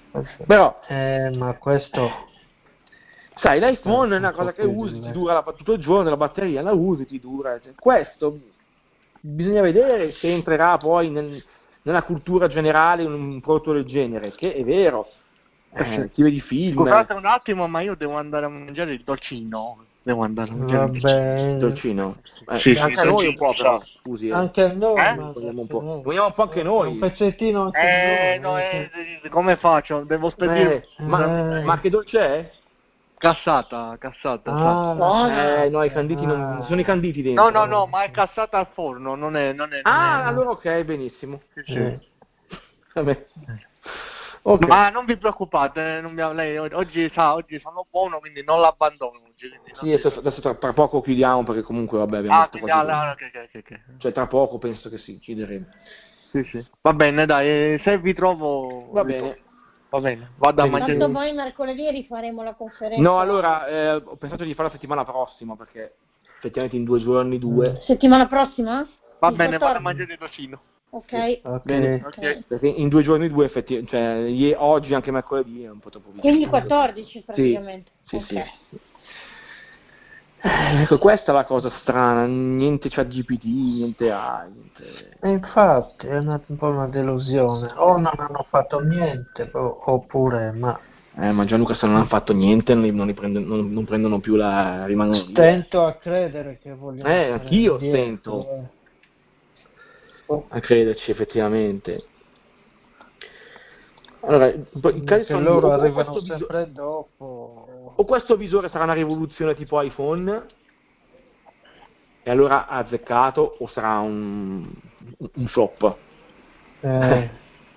Però, eh, ma questo... sai, l'iPhone è una cosa che usi, ti dura la, tutto il giorno, la batteria la usi, ti dura. Cioè, questo bisogna vedere se entrerà poi nel, nella cultura generale un prodotto del genere, che è vero, eh, ti vedi film. Scusate un attimo, ma io devo andare a mangiare il dolcino. Devo andare a mangiare il Vabbè. dolcino. Eh, Sì, anche sì, a noi un dolcino, po', però, sa. scusi. Eh. Anche a noi, Eh? ma Vogliamo un anche po', noi. vogliamo un po' anche Un noi. pezzettino anche Eh, noi. no, eh, come faccio? Devo spedire Eh, ma, Eh. ma che dolce è? cassata, cassata, sa. Ah, Buona. Eh, no, i canditi non, non ci sono i canditi No, dentro. no, no, ma è cassata al forno, non è, non è, non è. Ah, allora ok, benissimo. Sì, sì. Eh. Vabbè. Ok. Ma non vi preoccupate, non mi- lei oggi sa, oggi sono buono, quindi non l'abbandono oggi. quindi non Sì, adesso, adesso tra, tra poco chiudiamo perché comunque vabbè abbiamo Ah, detto quindi quasi ah, tutto. ok, ok, ok, ok. Cioè tra poco penso che sì, chiuderemo. Sì, sì. Va bene, dai, se vi trovo... Va ritorno. bene. Va bene, vado a Benissimo. mangiare. Tanto poi mercoledì rifaremo la conferenza. No, allora eh, ho pensato di farla la settimana prossima perché effettivamente in due giorni due. Settimana prossima? Va Il bene, vado a quattordici. mangiare il bacino. Ok. Ok. Bene. Ok. Perché in due giorni due effettivamente, cioè ie- oggi anche mercoledì è un po' troppo vicino. Quindi quattordici praticamente. Sì, Ok. sì. Eh, ecco, questa è la cosa strana, niente ChatGPT, niente A I, niente... E infatti è una, un po' una delusione. O non hanno fatto niente, o- oppure, ma Eh, ma Gianluca se non hanno fatto niente non, li- non li prendono, non, non prendono più la... rimangono lì. eh. stento a credere che vogliono Eh, fare anch'io indietro, stento eh. Oh, a crederci effettivamente. Allora, i casi che sono due, loro o, o arrivano questo viso- sempre dopo. o questo visore sarà una rivoluzione tipo iPhone, e allora ha azzeccato, o sarà un, un flop. Eh,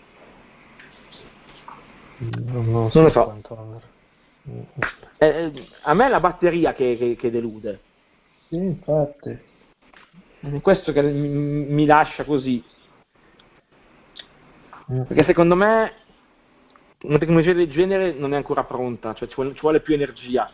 non, non so Non lo so. quanto avrà. Eh, eh, a me è la batteria che, che, che delude. Sì, infatti. È questo che mi, mi lascia così. Mm. Perché secondo me una tecnologia del genere non è ancora pronta, cioè ci vuole, ci vuole più energia.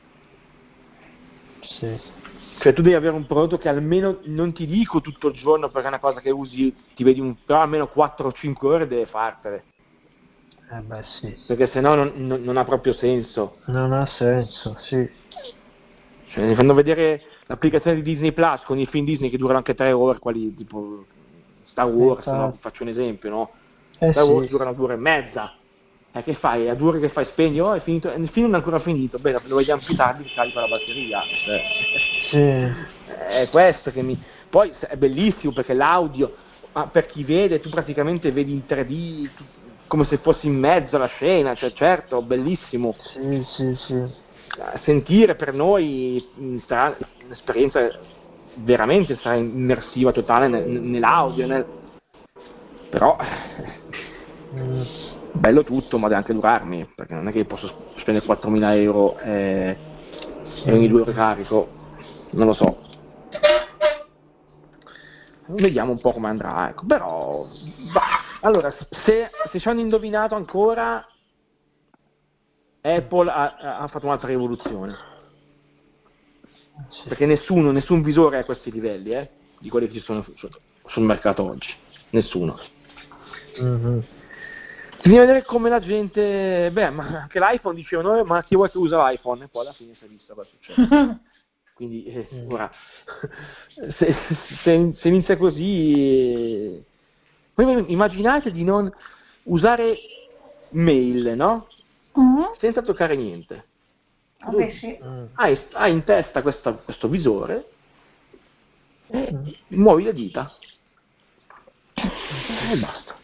Sì. Cioè tu devi avere un prodotto che almeno, non ti dico tutto il giorno perché è una cosa che usi, ti vedi un, però almeno quattro o cinque ore deve fartele. Eh beh sì. Perché sennò non, non, non ha proprio senso. Non ha senso, sì. Cioè, mi fanno vedere l'applicazione di Disney Plus con i film Disney che durano anche tre ore, quali tipo Star Wars, no? Infatti. Faccio un esempio, no? Eh Star Wars sì. durano due ore e mezza. E che fai? A due ore che fai spegni? Oh, è finito, il film non è ancora finito, beh, lo vediamo più tardi, carico la batteria. Cioè, Sì. è questo che mi... Poi è bellissimo perché l'audio, ma per chi vede, tu praticamente vedi in tre D, tu- come se fossi in mezzo alla scena, cioè certo, bellissimo. Sì, sì, sì. Sentire per noi mh, sarà un'esperienza veramente sarà immersiva, totale nel- nell'audio, nel... però Mm. bello tutto, ma deve anche durarmi, perché non è che posso spendere quattromila euro e, e ogni due ore carico, non lo so. Vediamo un po' come andrà, ecco, però... bah. Allora, se, se ci hanno indovinato ancora, Apple ha, ha fatto un'altra rivoluzione. Sì. Perché nessuno, nessun visore è a questi livelli, eh, di quelli che ci sono su- sul mercato oggi. Nessuno. Mm-hmm. Bisogna vedere come la gente... Beh, ma anche l'iPhone dicevano, ma chi vuoi che usa l'iPhone? E poi alla fine si è visto cosa succede. Quindi, eh, ora, se, se, se inizia così... eh, poi immaginate di non usare mail, no? Mm. Senza toccare niente. Vabbè, sì. Mm. Hai, hai in testa questa, questo visore e muovi le dita e basta.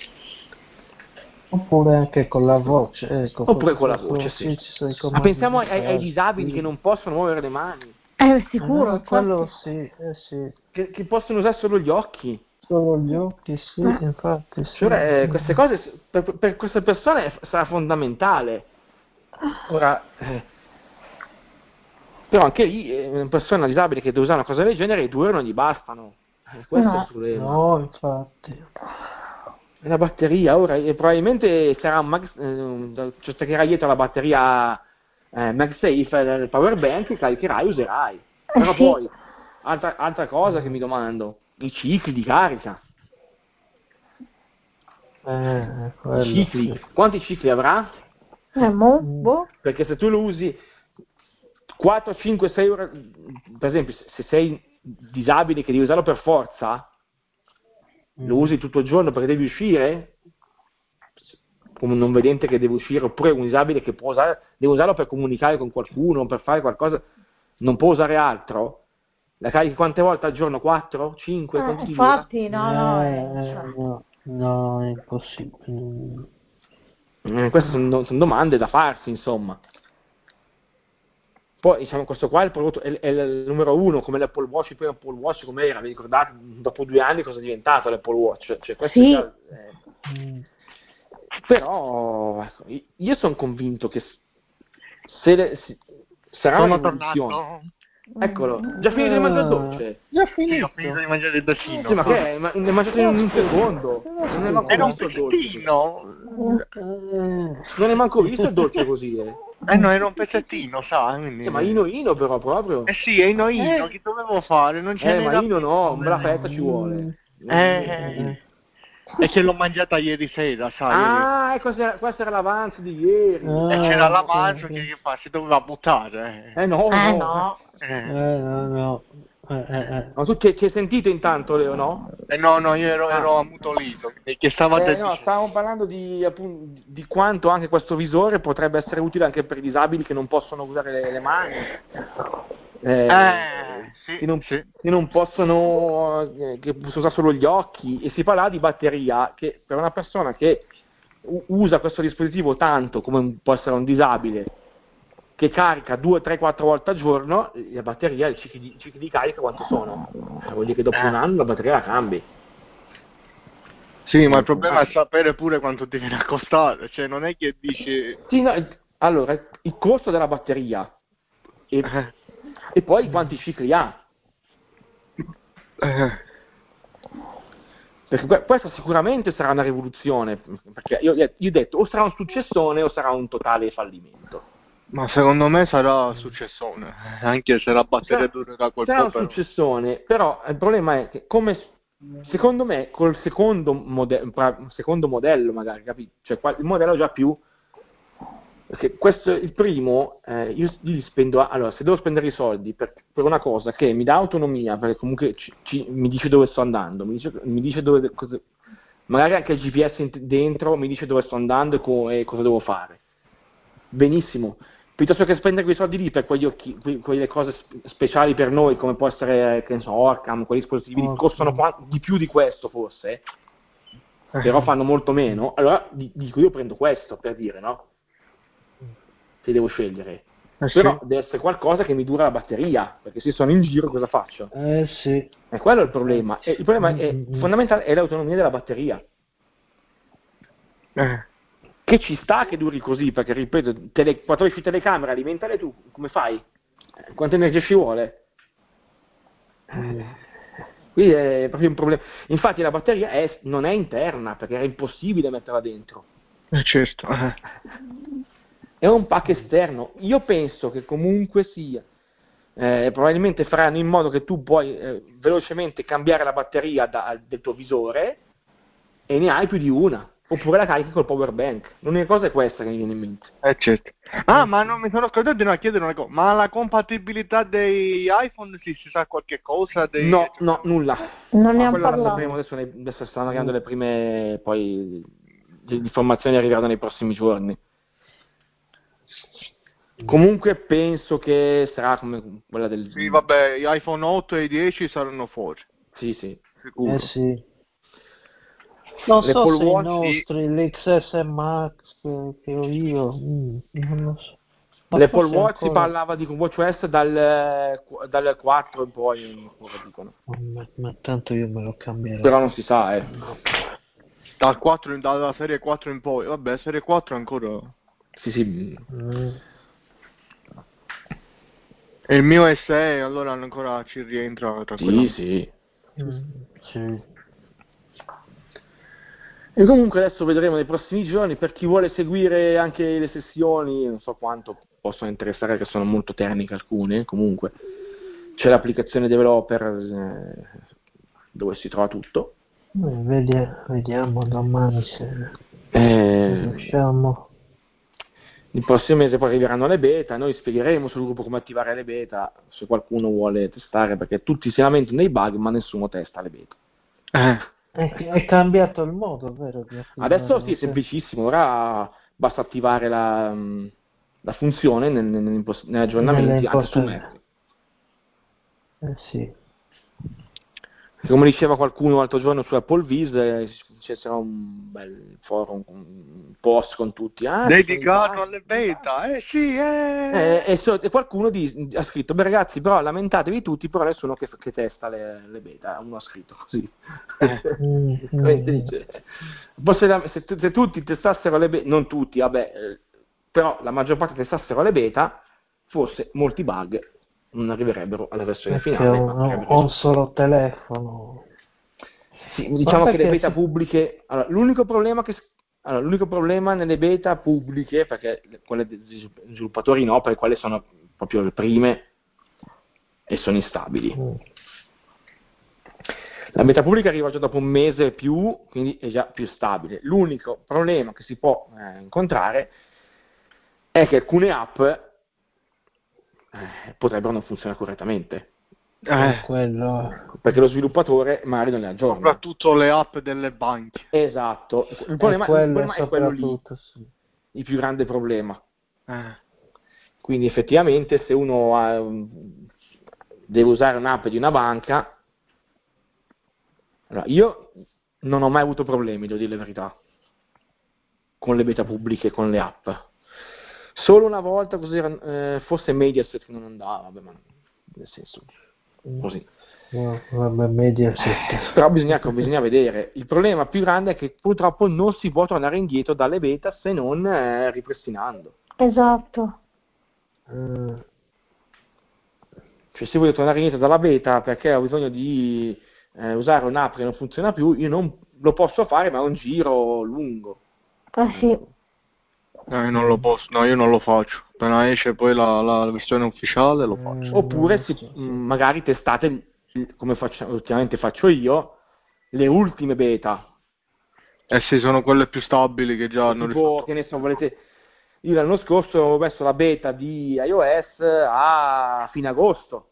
Oppure anche con la voce, ecco. Oppure con la proprio voce, sì. ci sono i Ma comandi pensiamo ai, ai vocali, disabili sì. che non possono muovere le mani, Eh, sicuro, Eh, quello infatti. sì, eh sì. che, che possono usare solo gli occhi. Solo gli occhi, sì, Mm. infatti, sì. Cioè, eh, queste cose per, per queste persone sarà fondamentale. Ora, eh, però anche lì eh, una persona disabile che deve usare una cosa del genere, i due ore non gli bastano. Eh, questo No. è il problema. No, infatti. E la batteria, ora eh, probabilmente sarà un mag, eh, cioè staccherai dietro la batteria eh, MagSafe, eh, il power bank, caricherai, userai. Però sì. poi, altra, altra cosa che mi domando, i cicli di carica. Eh, quello, cicli, sì. quanti cicli avrà? Eh, mo, boh. Perché se tu lo usi quattro, cinque, sei ore, per esempio, se sei disabile che devi usarlo per forza, lo usi tutto il giorno perché devi uscire, come un non vedente che deve uscire, oppure un disabile che può usare, deve usarlo per comunicare con qualcuno, per fare qualcosa, non può usare altro, la carichi quante volte al giorno? quattro? cinque? Eh, Quanto ti dura? infatti, no, no, Eh, eh, cioè. no, no, è impossibile. Eh, queste sono, sono domande da farsi, insomma. Poi, diciamo, questo qua è il prodotto, è, è il numero uno, come l'Apple Watch, poi l'Apple Watch come era, vi ricordate, dopo due anni cosa è diventato l'Apple Watch? Cioè, questo Sì. è già, eh, Mm. Però, ecco, io sono convinto che se le, se, sarà Sono un'evoluzione. tornato. Eccolo, già finito di mangiare il Ah, dolce? già Sì, finito. ho finito di mangiare il dolcino. Sì, ma che è? Ma ne hai mangiato in un secondo? Non è manco Era un visto il dolce così. pezzettino. Eh, Non è manco visto il dolce così, eh. Eh no, era un pezzettino, sa? Quindi... Eh, ma Ino Ino però proprio. Eh sì, è Ino Ino, Eh. che dovevo fare? Non ce Eh, ma n'era Ino più. no, un bella fetta ci vuole. Eh, e che l'ho mangiata ieri sera, sai? Ieri. Ah, ecco, questa era, questa era l'avanzo di ieri. E c'era Ah, l'avanzo sì, che, sì. che fa? Si doveva buttare. Eh no, Eh, no. no. Eh. Eh, no, no. Eh, eh, eh. Ma tu ci ci hai sentito intanto, Leo, no? Eh no, no, io ero, Ah. ero ammutolito. Quindi che stavate Eh, no, dicendo? stavamo parlando di, appunto, di quanto anche questo visore potrebbe essere utile anche per i disabili che non possono usare le, le mani, eh, Eh, sì, che, non, sì. che non possono, eh, che possono usare solo gli occhi, e si parla di batteria che per una persona che u- usa questo dispositivo tanto come può essere un disabile, che carica due, tre, quattro volte al giorno, la batteria, i cicli di, i cicli di carica quanti sono? Eh, vuol dire che dopo un Eh. anno la batteria la cambi. Sì, ma il problema è sapere pure quanto ti viene a costare, cioè non è che dici... Sì, no, allora, il costo della batteria e, Eh, e poi quanti cicli ha. eh, Perché que- questa sicuramente sarà una rivoluzione, perché io, io ho detto o sarà un successone o sarà un totale fallimento. ma secondo me sarà successone, anche se la batteria Sarà, durerà quel sarà po' un però. successone, però il problema è che come secondo me col secondo, mode- secondo modello magari, capito? Cioè qua- il modello già più. Perché questo, il primo, eh, io, io li spendo, allora se devo spendere i soldi per, per una cosa che mi dà autonomia, perché comunque ci, ci, mi dice dove sto andando, mi dice, mi dice dove, cosa, magari anche il G P S in- dentro mi dice dove sto andando e, co, e cosa devo fare, benissimo, piuttosto che spendere quei soldi lì per quegli occhi, que- quelle cose spe- speciali per noi, come può essere, eh, che ne so, Orcam, quei dispositivi che costano qua- di più di questo forse, però fanno molto meno, allora di- dico io prendo questo, per dire, no? Se devo scegliere, Eh però sì. deve essere qualcosa che mi dura la batteria, perché se sono in giro cosa faccio? Eh, sì. E quello è il problema, e il problema è Mm, mm, fondamentale è l'autonomia della batteria, Eh. che ci sta che duri così, perché ripeto, tele, quattordici telecamere, alimentale tu, come fai? Eh, Quanta energia ci vuole? mm. Qui è proprio un problema, infatti la batteria è, non è interna, perché era impossibile metterla dentro. Eh, certo. Eh. È un pack esterno. Io penso che comunque sia, eh, probabilmente faranno in modo che tu puoi eh, velocemente cambiare la batteria da, del tuo visore e ne hai più di una, oppure la carichi col power bank. L'unica cosa è questa che mi viene in mente. Eh, certo. Ah, ma non mi sono scordato di non chiedere una cosa, ma la compatibilità dei iPhone si, si sa qualche cosa? Dei... No, no, nulla. Non ne Ma hanno quella la parlato. sapremo, adesso, ne- adesso stanno arrivando le prime, poi le informazioni arriveranno nei prossimi giorni. Comunque penso che sarà come quella del... Sì, vabbè, gli iPhone otto e i dieci saranno fuori, Sì, sì. sicuro. Eh, sì. Non so L'Apple se i Watch, nostri, l'X S Max che che ho io, mm, non lo so. Ma l'Apple forse Watch si ancora... parlava di WatchOS dal, dal quattro in poi, ancora dicono. Ma, ma tanto io me lo cambierò. Però non si sa, eh. Dal quattro, in- dalla serie quattro in poi, vabbè, serie quattro ancora... Sì, sì. Mm. E il mio S E, allora ancora ci rientra Sì, tranquillamente. sì. Mm, sì. E comunque adesso vedremo nei prossimi giorni, per chi vuole seguire anche le sessioni, non so quanto possono interessare, che sono molto tecniche alcune, comunque c'è l'applicazione developer eh, dove si trova tutto, Vediamo, vediamo domani se Eh, riusciamo. il prossimo mese poi arriveranno le beta, noi spiegheremo sul gruppo come attivare le beta, se qualcuno vuole testare, perché tutti si lamentano dei bug, ma nessuno testa le beta. Eh. È, è cambiato il modo, vero? Di attivare Adesso sì, è le- semplicissimo, ora basta attivare la, la funzione nel, nel, negli aggiornamenti nelle anche su imposte- Mac. Eh sì. Come diceva qualcuno l'altro giorno su AppleVis, eh, c'era un bel forum, un post con tutti. Ah, ci sono i Dedicato bug, alle beta, eh sì, eh. Eh, e, so- e qualcuno di- ha scritto, beh ragazzi, però lamentatevi tutti, però nessuno che, che testa le, le beta, uno ha scritto così. Mm, Giustamente mm. dice, "Poi se, la- se tu- se tutti testassero le beta, non tutti, vabbè, eh, però la maggior parte testassero le beta, forse molti bug non arriverebbero alla versione Perché finale, ho, ma ho verrebbero un risolti. solo telefono. Sì, Ma diciamo che le perché beta si- pubbliche, allora, l'unico problema che allora, l'unico problema nelle beta pubbliche, perché quelle degli sviluppatori no, perché quelle sono proprio le prime e sono instabili. Mm. La beta pubblica arriva già dopo un mese e più, quindi è già più stabile. L'unico problema che si può eh, incontrare è che alcune app eh, potrebbero non funzionare correttamente, Eh, Eh. quello perché lo sviluppatore magari non le aggiorna. Soprattutto le app delle banche. Esatto, il è problema, il quello problema è quello lì, soprattutto, sì. il più grande problema. Eh. Quindi effettivamente se uno ha, deve usare un'app di una banca, allora, io non ho mai avuto problemi, devo dire la verità, con le beta pubbliche, con le app. Solo una volta, cos'era, eh, forse Mediaset che non andava, vabbè, ma nel senso, così. No, vabbè, Mediaset. Però bisogna, bisogna vedere. Il problema più grande è che purtroppo non si può tornare indietro dalle beta se non eh, ripristinando. Esatto. Mm. Cioè se voglio tornare indietro dalla beta perché ho bisogno di eh, usare un'app che non funziona più, io non lo posso fare, ma è un giro lungo. Eh sì. No, io non lo posso, no, io non lo faccio. Appena esce poi la, la versione ufficiale lo faccio. Mm, Oppure no, si- sì, mh, sì. magari testate, come faccio, ultimamente faccio io, le ultime beta. Eh sì, sono quelle più stabili che già hanno Tipo, rifatto. che ne so, volete... Io l'anno scorso ho messo la beta di iOS a fine agosto.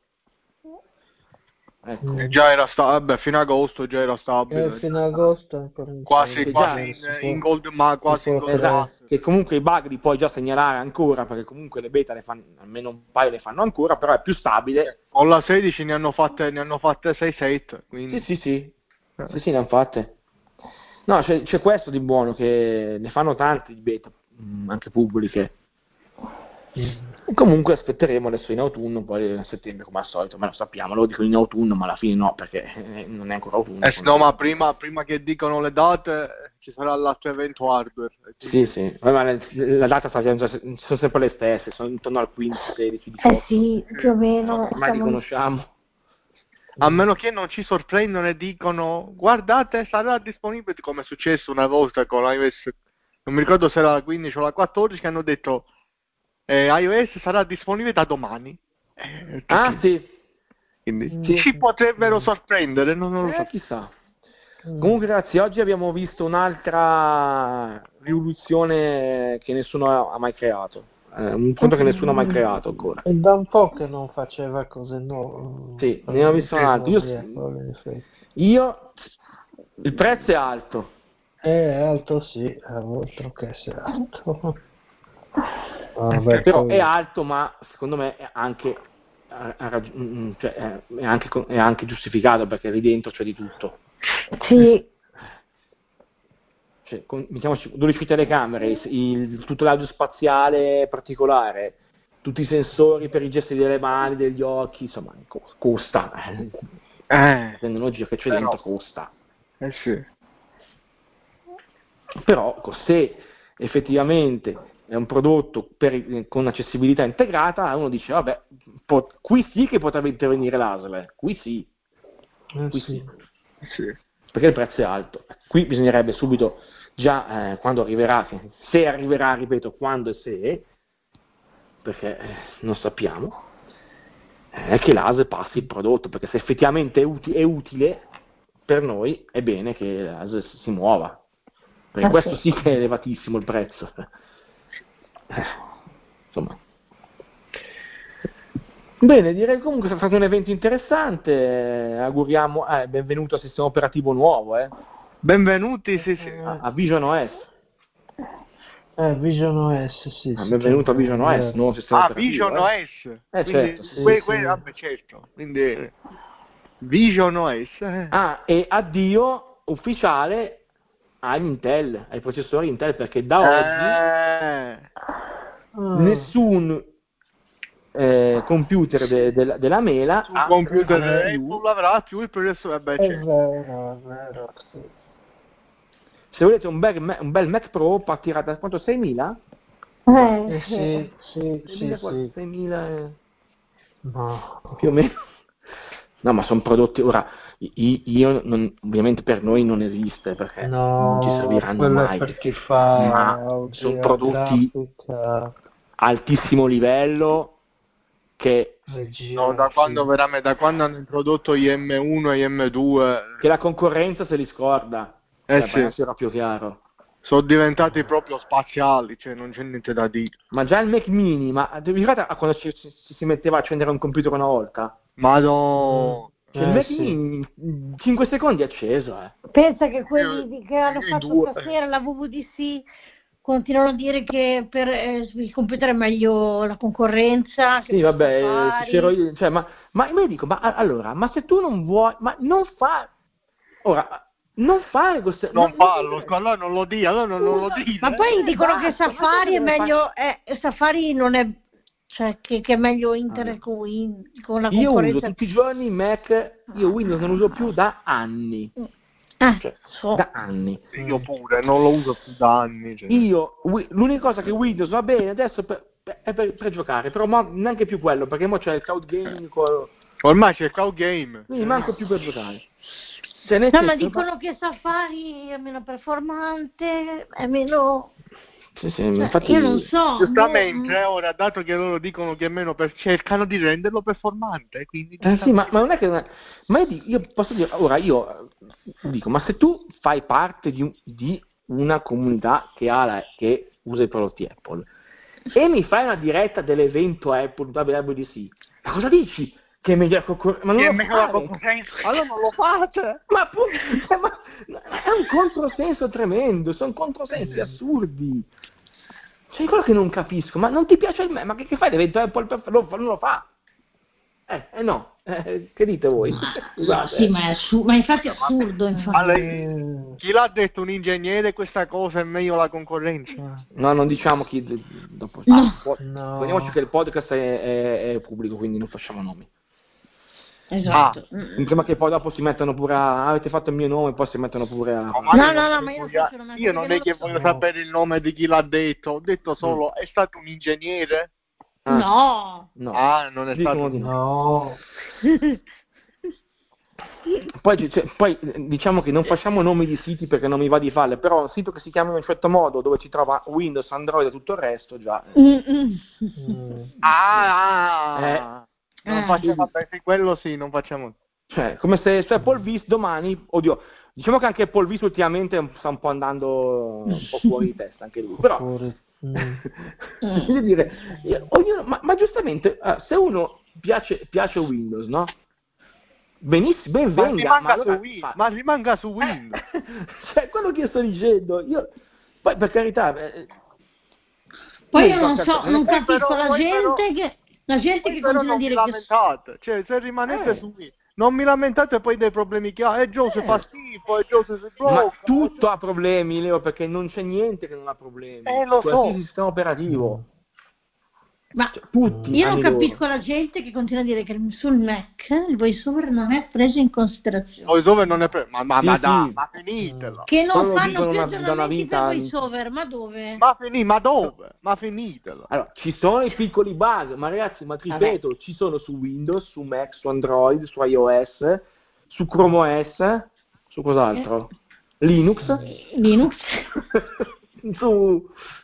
Ecco. Mm. E già era stabile, beh, fino a agosto già era Eh, stabile. fino già a era agosto ancora non quasi, c'era, Che già, quasi magari in, si può, in gold, ma si quasi in può gold fare. esatto, che master. comunque i bug li puoi già segnalare ancora, perché comunque le beta le fanno, almeno un paio le fanno ancora, però è più stabile. Con la sedici ne hanno fatte, ne hanno fatte sei sette, quindi... Sì, sì, sì, Eh. sì, sì, ne hanno fatte. No, c'è, c'è questo di buono, che ne fanno tante di beta, mh, anche pubbliche. Mm. Comunque aspetteremo adesso in autunno, poi a settembre come al solito, ma lo sappiamo, lo dico in autunno, ma alla fine no, perché eh, non è ancora autunno. Eh sì, no, ma prima, prima che dicano le date ci sarà l'altro evento hardware. Sì, sì, ma la, la data sta già, sono sempre le stesse, sono intorno al quindici, sedici, Eh diciotto. sì, più o meno. Ormai li Siamo... conosciamo. A meno che non ci sorprendono e dicono guardate sarà disponibile, come è successo una volta con iOS, non mi ricordo se era la quindici o la quattordici, che hanno detto eh, iOS sarà disponibile da domani. Eh, Ah, sì, quindi Mm. sì. ci potrebbero sorprendere, non, non lo so. Eh, chissà. Mm. Comunque ragazzi, oggi abbiamo visto un'altra rivoluzione che nessuno ha, ha mai creato. Eh, un prodotto che nessuno ha mai creato ancora. È da un po' che non faceva cose nuove. Sì, ne ho visto un altro. Io, io, il prezzo è alto. È alto, sì, altro che se alto. Vabbè, Però poi... è alto, ma secondo me è anche, ha- ha rag- mm, cioè, è, è anche, co- è anche giustificato, perché lì dentro c'è di tutto. Sì, Cioè, con, mettiamoci dodici telecamere, il, il- tutto l'audio spaziale particolare, tutti i sensori per i gesti delle mani, degli occhi, insomma, co- costa. Eh, La tecnologia che c'è però, dentro costa. eh sì. Però se effettivamente è un prodotto per, con accessibilità integrata, uno dice, vabbè, po- qui sì che potrebbe intervenire l'A S L, qui sì, Eh, qui sì. sì, Sì. perché il prezzo è alto. Qui bisognerebbe subito, già eh, quando arriverà, se arriverà, ripeto, quando e se, perché eh, non sappiamo, è che l'A S L passi il prodotto, perché se effettivamente è, uti- è utile, per noi è bene che l'Asus si muova, perché Ah, questo sì. sì che è elevatissimo il prezzo. Eh, insomma. Bene, direi comunque che è stato un evento interessante, eh, auguriamo, eh, benvenuto al sistema operativo nuovo, eh, Benvenuti, sì, sì. a, a Vision O S. Eh, Vision O S, sì, Ah, si benvenuto a chiama, Vision O S, vero. nuovo sistema Ah, operativo. Vision eh. O S. Eh, Quindi, certo, sì. que- Sì, que- sì. vabbè, certo. Quindi, Vision O S. eh. Ah, e addio ufficiale agli Intel, ai processori Intel, perché da oggi Eh, Ah, nessun eh, computer de- de- della Mela su un ha computer tre G P U. Apple avrà più il processore, vabbè, è certo. vero, è vero, sì. Se volete un bel, Ma- un bel Mac Pro partirà da quanto? seimila? Eh, Eh, sì, sì, sì, seimila, sì. seimila eh, No. più o meno. No, ma sono prodotti, ora, i- io, non- ovviamente per noi non esiste, perché non ci No, serviranno quello è mai, per chi ma fa sono audio prodotti grafica, altissimo livello che, No, regia, da quando sì. veramente, da quando hanno introdotto gli M uno e gli M due, che la concorrenza se li scorda, eh cioè, sì, parliamoci proprio chiaro. sono diventati proprio spaziali, cioè non c'è niente da dire. Ma già il Mac Mini, ma vi ricordate a quando ci, ci- ci si metteva a accendere un computer una volta? Ma Mm, no, Cioè il eh, Mac sì. Mini in cinque secondi è acceso, eh. pensa che io, quelli di- che hanno io in fatto due, stasera la W W D C continuano a dire che per eh, il computer è meglio la concorrenza, che Sì, per vabbè, eh, ci c'ero Safari. io, cioè, ma, ma io mi dico, ma a- allora, ma se tu non vuoi, ma non fa, ora, non fare questo, non non, non farlo, deve- allora non lo di, allora non, non lo Scusa, dire. Ma poi eh, dicono che basta, ma Safari cosa è deve fare? meglio, eh, Safari non è, cioè che, che è meglio Internet Allora, con, Win- con la io uso concorrenza. tutti i giorni Mac, io Windows non uso più da anni, Ah, cioè, so. da anni. Io pure, non lo uso più da anni. Cioè. Io, wi- l'unica cosa che Windows va bene adesso per- per- è per, per giocare, però mo neanche più quello, perché mo c'è il cloud gaming, co- Ormai c'è il cloud game. quindi cioè, manco più per giocare. Cioè, nel No, ma senso, dicono che Safari è meno performante, è meno... sì, sì, Cioè, infatti, io non so, Giustamente, boh, eh, ora, dato che loro dicono che è meno per, cercano di renderlo performante, quindi eh, sì, ma, giustamente. ma non è che, ma io, dico- io posso dire, ora io eh, dico, ma se tu fai parte di, un- di una comunità che ha la, che usa i prodotti Apple e mi fai una diretta dell'evento Apple W W D C, ma cosa dici? Che è meglio la concorrenza? Ma non Che è lo meglio la fare! concorrenza, allora non lo fate. Ma, appunto, cioè, ma è un controsenso tremendo, sono controsensi assurdi. Cioè, quello che non capisco, ma non ti piace il me? Ma che, che fai? Deve entrare poi per non, non lo fa. Eh, eh no, eh, che dite voi? ma, Scusate, sì, eh. ma, è assu- ma infatti è assurdo, infatti. Allora, Eh, chi l'ha detto un ingegnere questa cosa è meglio la concorrenza? No, non diciamo chi dopo. No. Ah, po- no. Ricordiamoci che il podcast è, è- è pubblico, quindi non facciamo nomi. Esatto. Ah. Mm. Prima che poi dopo si mettano pure a "Ah, avete fatto il mio nome", poi si mettono pure a No, ma No, io no, non, no, è ma che io non voglia- faccio nome, io non perché è non che lo so. voglio No. sapere il nome di chi l'ha detto, ho detto solo è stato un ingegnere? Ah, No. no. Ah, non è Dicono stato di un no. No. Poi, dice- poi, eh, diciamo che non facciamo nomi di siti perché non mi va di farle, però un sito che si chiama in un certo modo, dove ci trova Windows, Android e tutto il resto, già. eh. Mm, mm. Mm. Ah, ah. Eh. non Eh. facciamo, vabbè, sì, quello sì, non facciamo. Cioè, come se su Apple Vis domani, oddio, diciamo che anche Apple Vis ultimamente un- sta un po' andando un po' fuori di testa anche lui, però Fuori. Mm. voglio dire, io- ognuno- ma, ma giustamente eh, se uno piace, piace Windows, no? Benissimo, ben Ma venga, ma rimanga su allora Windows, fa- ma rimanga su Windows. Eh, cioè, quello che io sto dicendo, io poi per carità, eh, Poi io io non dico, so, non è non che- capisco però- la poi gente però- che la gente Poi che però continua a non vi dire che lamentate, cioè se rimanete Eh. su Windows, non mi lamentate poi dei problemi che ha, e Joe si Eh. fa schifo, e Joe si Ma blocca. e tutto Joe- ha problemi, Leo, perché non c'è niente che non ha problemi. Eh, lo so. Qualsiasi sistema operativo. ma Cioè, tutti io hanno non i loro. capisco la gente che continua a dire che sul Mac il voiceover non è preso in considerazione. Poi dove non è pre- ma, ma, Sì, ma sì. dai, ma finitela. Che non Quello lo fanno dicono più una- da una aggiornamenti per vita. voiceover, ma dove? Ma finì, ma dove? Ma finitela. Allora, ci sono i piccoli bug, ma ragazzi, ma ti Vabbè. ripeto, ci sono su Windows, su Mac, su Android, su iOS, su Chrome O S, su cos'altro? Linux, Linux. su...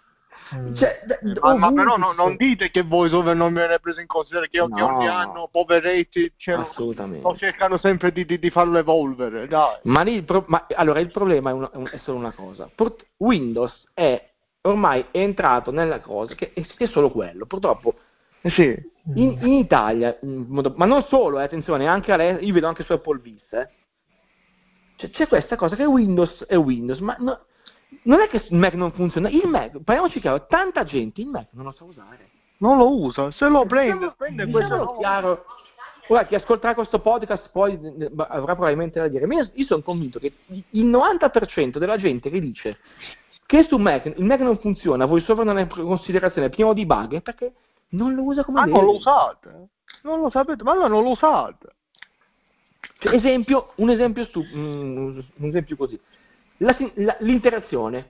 Mm. Cioè, d- Eh, ma, ma però ovunque no- ci non sono- dite che VoiceOver non viene preso in considerazione, che, che ogni No. anno, poveretti, ce lo, Assolutamente. lo cercano sempre di, di, di farlo evolvere, dai. Ma, lì il pro- ma allora il problema è, una- è un- è solo una cosa. Pur- Windows è ormai è entrato nella cosa che è, è solo quello. Purtroppo Eh sì. in, in Italia, in modo- ma non solo, eh, attenzione, anche a lei, io vedo anche su Apple Vis, eh, c'è, c'è questa cosa che Windows è Windows, ma no- non è che il Mac non funziona, il Mac, parliamoci chiaro, tanta gente il Mac non lo sa usare. Non lo usa, se lo prende, Diciamo, prende questo diciamolo no. chiaro. Ora, chi ascolterà questo podcast poi eh, avrà probabilmente da dire. Ma io, io sono convinto che il novanta per cento della gente che dice che su Mac il Mac non funziona, VoiceOver non è in considerazione, è pieno di bug, è perché non lo usa come Ma deve. non lo usate, non lo sapete, ma allora non lo usate. Cioè, esempio, un esempio stu- mm, un esempio così. La sin- la- l'interazione.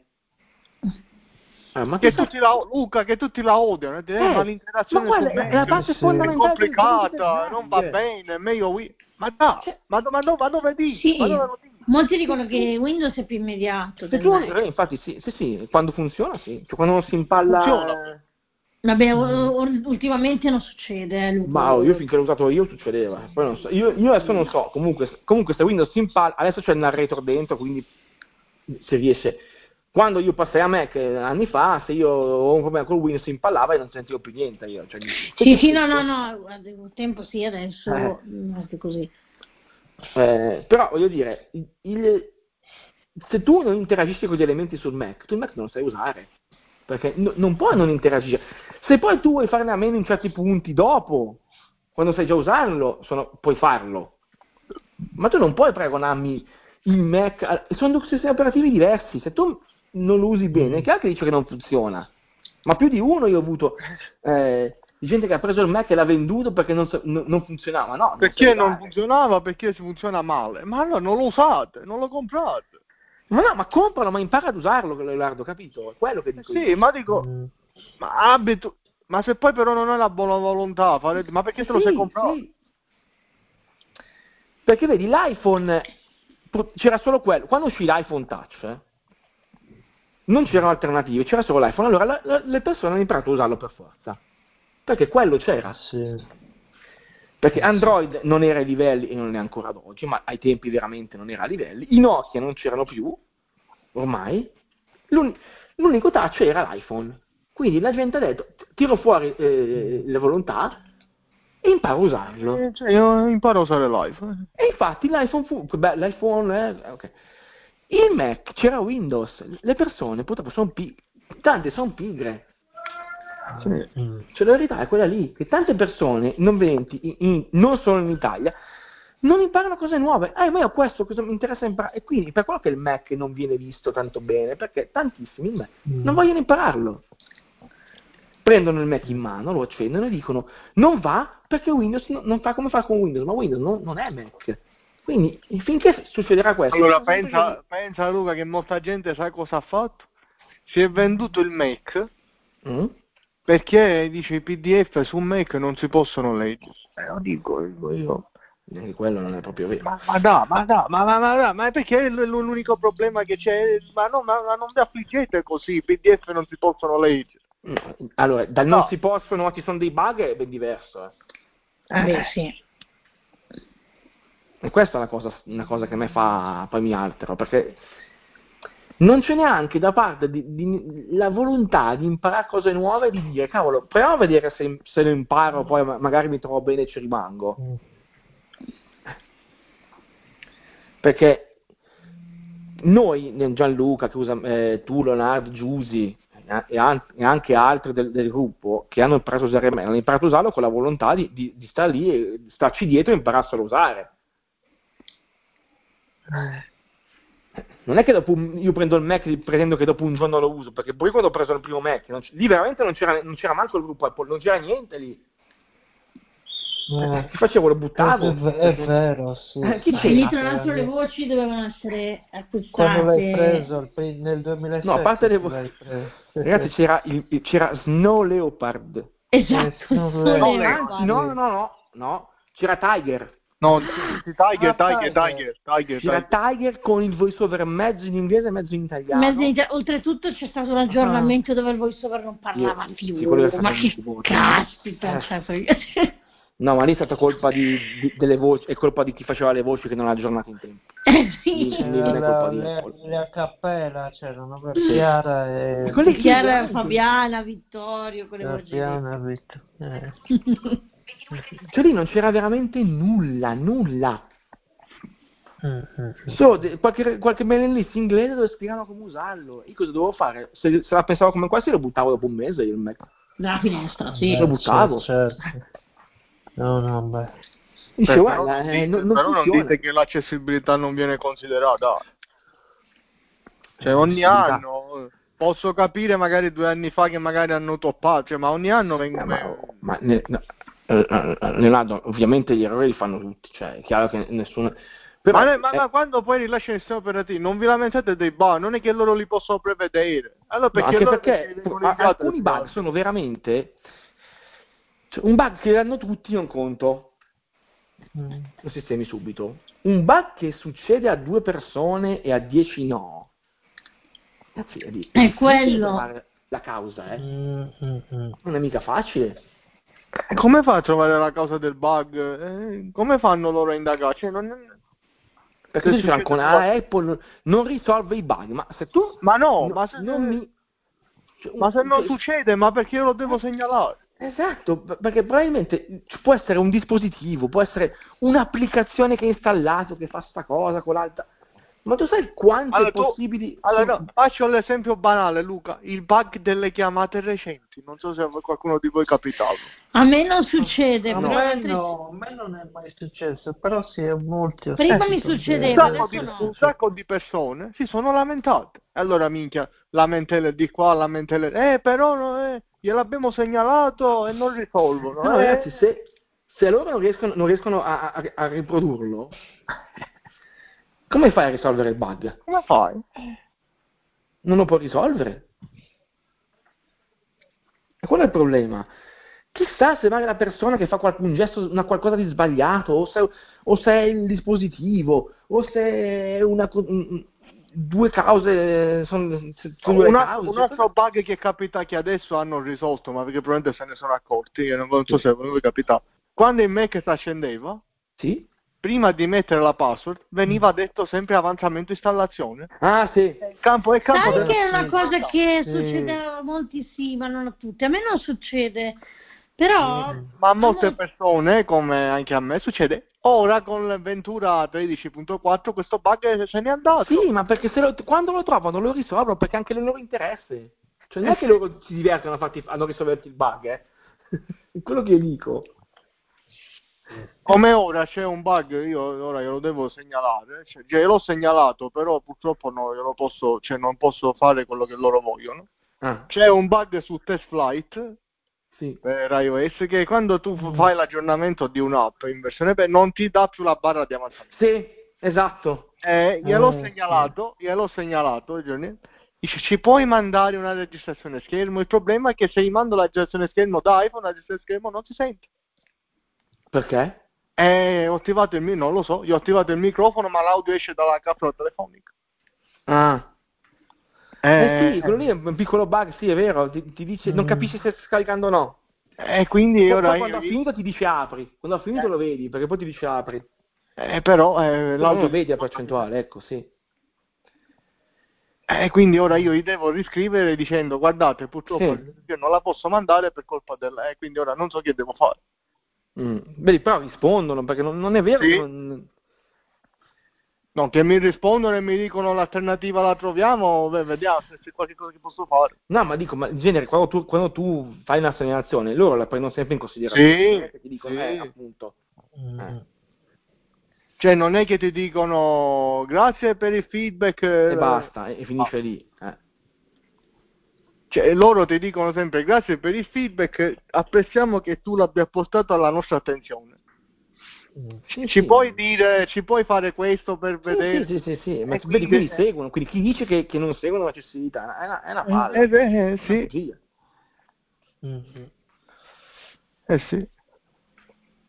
Ah, ma tu Che sai- tutti la, Luca, che tutti la odiano, eh, Eh, ma l'interazione ma quella su è la- è la Mac parte Sì. è fondamentale del- complicata, non va dell'utilizzare. bene, è meglio Wii. Ma da, Cioè- ma, do- ma, do- ma dove dici? Sì, Ma dove lo dici? molti dicono che Windows è più immediato Se del tu, Mac. eh, infatti sì, sì, sì, quando funziona sì, cioè, quando non si impalla... Funziona. Vabbè, o- o- ultimamente non succede, eh, Luca. Ma oh, io finché l'ho usato io succedeva, poi non so. Io, io adesso non so, comunque, comunque se Windows si impalla, adesso c'è il narrator dentro, quindi si riesce. Quando io passai a Mac eh, anni fa, se io ho un problema con Windows si impallava e non sentivo più niente io. Cioè, Sì, sì, no, no, no, guarda, un tempo sì, adesso Eh. non è più così. Eh, però voglio dire, il- il- se tu non interagisci con gli elementi sul Mac, tu il Mac non lo sai usare, perché no- non puoi non interagire. Se poi tu vuoi farne a meno in certi punti dopo, quando sai già usarlo, sono- puoi farlo. Ma tu non puoi paragonarmi il Mac, a- sono due sistemi operativi diversi, se tu non lo usi bene, è chiaro che dice che non funziona. Ma più di uno io ho avuto eh, di gente che ha preso il Mac e l'ha venduto perché non, so- non- non funzionava, no? Non Perché sai non usare. funzionava? Perché si funziona male. Ma allora non lo usate, non lo comprate. Ma no, ma compralo, ma impara ad usarlo, Leonardo, capito? È quello che Eh dico io. sì, ma dico, Mm. ma abitu, ma se poi però non hai la buona volontà, fare- ma perché Eh te lo sì, sei comprato? sì. Perché vedi, l'iPhone, pu- c'era solo quello, quando uscì l'iPhone Touch, eh, non c'erano alternative, c'era solo l'iPhone, allora la- la- le persone hanno imparato a usarlo per forza, perché quello c'era. Sì. Perché Android non era ai livelli, e non è ancora ad oggi, ma ai tempi veramente non era a livelli, i Nokia non c'erano più, ormai, L'un- l'unico touch era l'iPhone. Quindi la gente ha detto, tiro fuori eh, le volontà e imparo a usarlo. Eh, cioè, io imparo a usare l'iPhone. E infatti l'iPhone fu, beh, l'iPhone, eh, ok. Il Mac c'era Windows, le persone purtroppo sono pigre, tante sono pigre. Sì. Mm. Cioè la verità è quella lì, che tante persone non vedenti, in- in- non solo in Italia, non imparano cose nuove. Ah, ma io questo cosa mi interessa imparare. E quindi per quello che il Mac non viene visto tanto bene, perché tantissimi il Mac Mm. non vogliono impararlo. Prendono il Mac in mano, lo accendono e dicono non va perché Windows non non fa come fa con Windows, ma Windows non, non è Mac. Quindi finché succederà questo... Allora sono sempre pensa, pensa Luca che molta gente sa cosa ha fatto? Si è venduto il Mac io- Mm? perché dice i P D F su Mac non si possono leggere. Eh, lo dico, dico io. E quello non è proprio vero. Ma, ma da, ma da, ma, ma, ma, da, ma perché è l- l'unico problema che c'è? Ma, no, ma, ma non vi affliggete così, i P D F non si possono leggere. No, allora, dal non No. si possono, ma ci sono dei bug è ben diverso. Eh. Eh, beh, sì. E questa è una cosa, una cosa che a me fa, poi mi altero, perché non c'è neanche da parte di, di- la volontà di imparare cose nuove e di dire, cavolo, proviamo a vedere se, se lo imparo, poi ma- magari mi trovo bene e ci rimango. Mm. Perché noi, Gianluca, che usa, eh, tu, Leonardo, Giusi eh, e, an- e anche altri del, del gruppo che hanno imparato a usare me, hanno imparato a usarlo con la volontà di, di, di stare lì e starci dietro e impararselo a usare. Non è che dopo un- io prendo il Mac e pretendo che dopo un giorno lo uso, perché poi quando ho preso il primo Mac, non c- lì veramente non c'era, non c'era manco il gruppo Apple, non c'era niente lì. Eh, Che facevo? Lo buttavo? è, v- è vero, sì. Eh, chi E c'era? lì tra l'altro le voci dovevano essere Quando l'hai acquistate. preso il pri- nel duemilasette? No, a parte le tu vo- l'hai preso. Ragazzi, c'era, il- il- c'era Snow Leopard. Esatto, Eh, non non le- le non le- avevano. No, no, no, no, no, c'era Tiger. No, Tiger, Ah, Tiger, Tiger, Tiger, C'era Tiger. Tiger con il voiceover mezzo in inglese e mezzo in italiano. Mezzo in Ita- oltretutto c'è stato un aggiornamento dove il voiceover non parlava Sì, più. sì, quello è stato Ma un che voto. caspita, Eh. cioè, poi- No, ma lì è stata colpa di, di- delle voci, è colpa di chi faceva le voci che non ha aggiornato in tempo. Eh, sì. Lì, lì C'era non è colpa la, di le, Apple. le a cappella, c'erano per Sì. Chiara E e quelli lì Chiara, veramente- Fabiana, Vittorio, quelle voci lì. Fabiana Vito. Eh. Cioè lì non c'era veramente nulla, nulla. Mm, mm, mm. Solo de- qualche, qualche mailing list inglese dove spiegavano come usarlo. Io cosa dovevo fare? Se, se la pensavo come questo lo buttavo dopo un mese io il Mac. Dalla finestra, sì. Lo Beh, buttavo. certo, certo. No, no, beh. Dice, Beh, guarda, però non eh, dite, non, non però non funziona. dite che l'accessibilità non viene considerata. Cioè Eh, ogni l'accessibilità. anno, posso capire magari due anni fa che magari hanno toppato, cioè, ma ogni anno Eh, vengono... ma, ma ne- no, eh, eh, Leonardo, ovviamente gli errori li fanno tutti, cioè è chiaro che nessuno... Però, Ma, ne- ma, eh, ma quando poi rilasciano i sistemi operativi non vi lamentate dei bug, non è che loro li possono prevedere. Allora no, perché anche loro perché vengono a- inviate alcuni le bug frasi? sono veramente... cioè, un bug che hanno tutti non conto, Mm. lo sistemi subito. Un bug che succede a due persone e a dieci no. Ragazzi, è, di- è È difficile quello. trovare la causa, eh. Mm, mm, mm. Non è mica facile. E come fa a trovare la causa del bug? Eh, come fanno loro a indagare? Cioè, non è- Perché se tu dici succede ancora, solo- ah, Apple non risolve i bug, ma se tu Ma no, no- ma se, non mi... cioè, ma se non cioè, succede, ma perché io lo devo segnalare? esatto, p- perché probabilmente ci può essere un dispositivo, può essere un'applicazione che hai installato che fa sta cosa con l'altra, ma tu sai quante Allora, tu, possibili... allora no, faccio l'esempio banale, Luca, il bug delle chiamate recenti, non so se a qualcuno di voi è capitato. A me non succede, A però me, l'altro- no, a me non è mai successo, però sì, a molti ho Prima sentito mi dire- Un succedeva, sacco, adesso di, no. un sacco di persone si sono lamentate. Allora, minchia, lamentele di qua, lamentele... Eh, però no, eh, gliel'abbiamo segnalato e non risolvono. Però eh. ragazzi, se, se loro non riescono, non riescono a, a- a riprodurlo, come fai a risolvere il bug? Come fai? Non lo può risolvere. E quello è il problema. Chissà se magari la persona che fa qual- un gesto, una qualcosa di sbagliato, o se, o se è il dispositivo, o se è una, co- un- un- due cause, sono, sono due Un altro, cause. un cioè, altro bug che capita che adesso hanno risolto, ma perché probabilmente se ne sono accorti, io non, non so Sì. se a voi capita. Quando il Mac si accendeva, Sì? prima di mettere la password, veniva detto sempre avanzamento installazione. Ah, sì. Il campo, il campo Sai del- che è una sì. cosa che Sì. succede a molti, sì, ma non a tutti. A me non succede, però... Sì. Ma a a molte mol- persone, come anche a me, succede. Ora con l'Ventura tredici punto quattro questo bug se n'è andato. Sì, ma perché se lo- quando lo trovano lo risolvono, perché anche le loro interesse. Cioè non Eh è che sì. loro si divertono a, farti, a non risolverti il bug, eh. È quello che io dico. Come ora c'è un bug, io ora glielo devo segnalare, cioè, già l'ho segnalato, però purtroppo no, io lo posso, cioè, non posso fare quello che loro vogliono. Ah, C'è un bug su Test Flight sì. per iOS che quando tu Mm. fai l'aggiornamento di un'app in versione beta non ti dà più la barra di avanzamento. Sì, esatto. Eh, gliel'ho Eh, segnalato, gliel'ho segnalato, Johnny. Dice, ci puoi mandare una registrazione schermo? Il problema è che se gli mando la registrazione schermo da iPhone, la registrazione schermo non si sente. Perché? Eh, ho attivato il mio, non lo so, io ho attivato il microfono, ma l'audio esce dalla capsula telefonica. Ah. Eh, sì, quello lì è Eh, un piccolo bug, sì, è vero, ti, ti dice, non Mm. capisci se sta scaricando o no. eh, quindi Poi, ora poi io, quando ha finito ti dice apri, quando ha finito Eh. lo vedi, perché poi ti dice apri. eh, però eh, Tu non l'audio lo vedi a percentuale, ecco, sì. Eh, quindi ora io gli devo riscrivere dicendo guardate, purtroppo Sì. io non la posso mandare per colpa del... Eh, quindi ora non so che devo fare. Mm. Vedi, però rispondono, perché non, non è vero Sì. che non... No, che mi rispondono e mi dicono l'alternativa la troviamo, beh, vediamo se c'è qualche cosa che posso fare. No, ma dico, ma in genere, quando tu, quando tu fai una segnalazione, loro la prendono sempre in considerazione, Sì, non è che ti dicono, sì. eh, appunto. Mm. Eh. Cioè non è che ti dicono grazie per il feedback E eh, basta, e, e finisce lì. Eh. cioè loro ti dicono sempre grazie per il feedback, apprezziamo che tu l'abbia portato alla nostra attenzione. Mm. Sì, Ci sì. puoi dire, ci puoi fare questo per Sì, vedere? sì, sì, sì, sì. Ma E vedi, quindi- quindi seguono, quindi chi dice che, che non seguono l'accessibilità è una, è una palla, Eh, eh, è una sì, bugia. Mm. eh sì.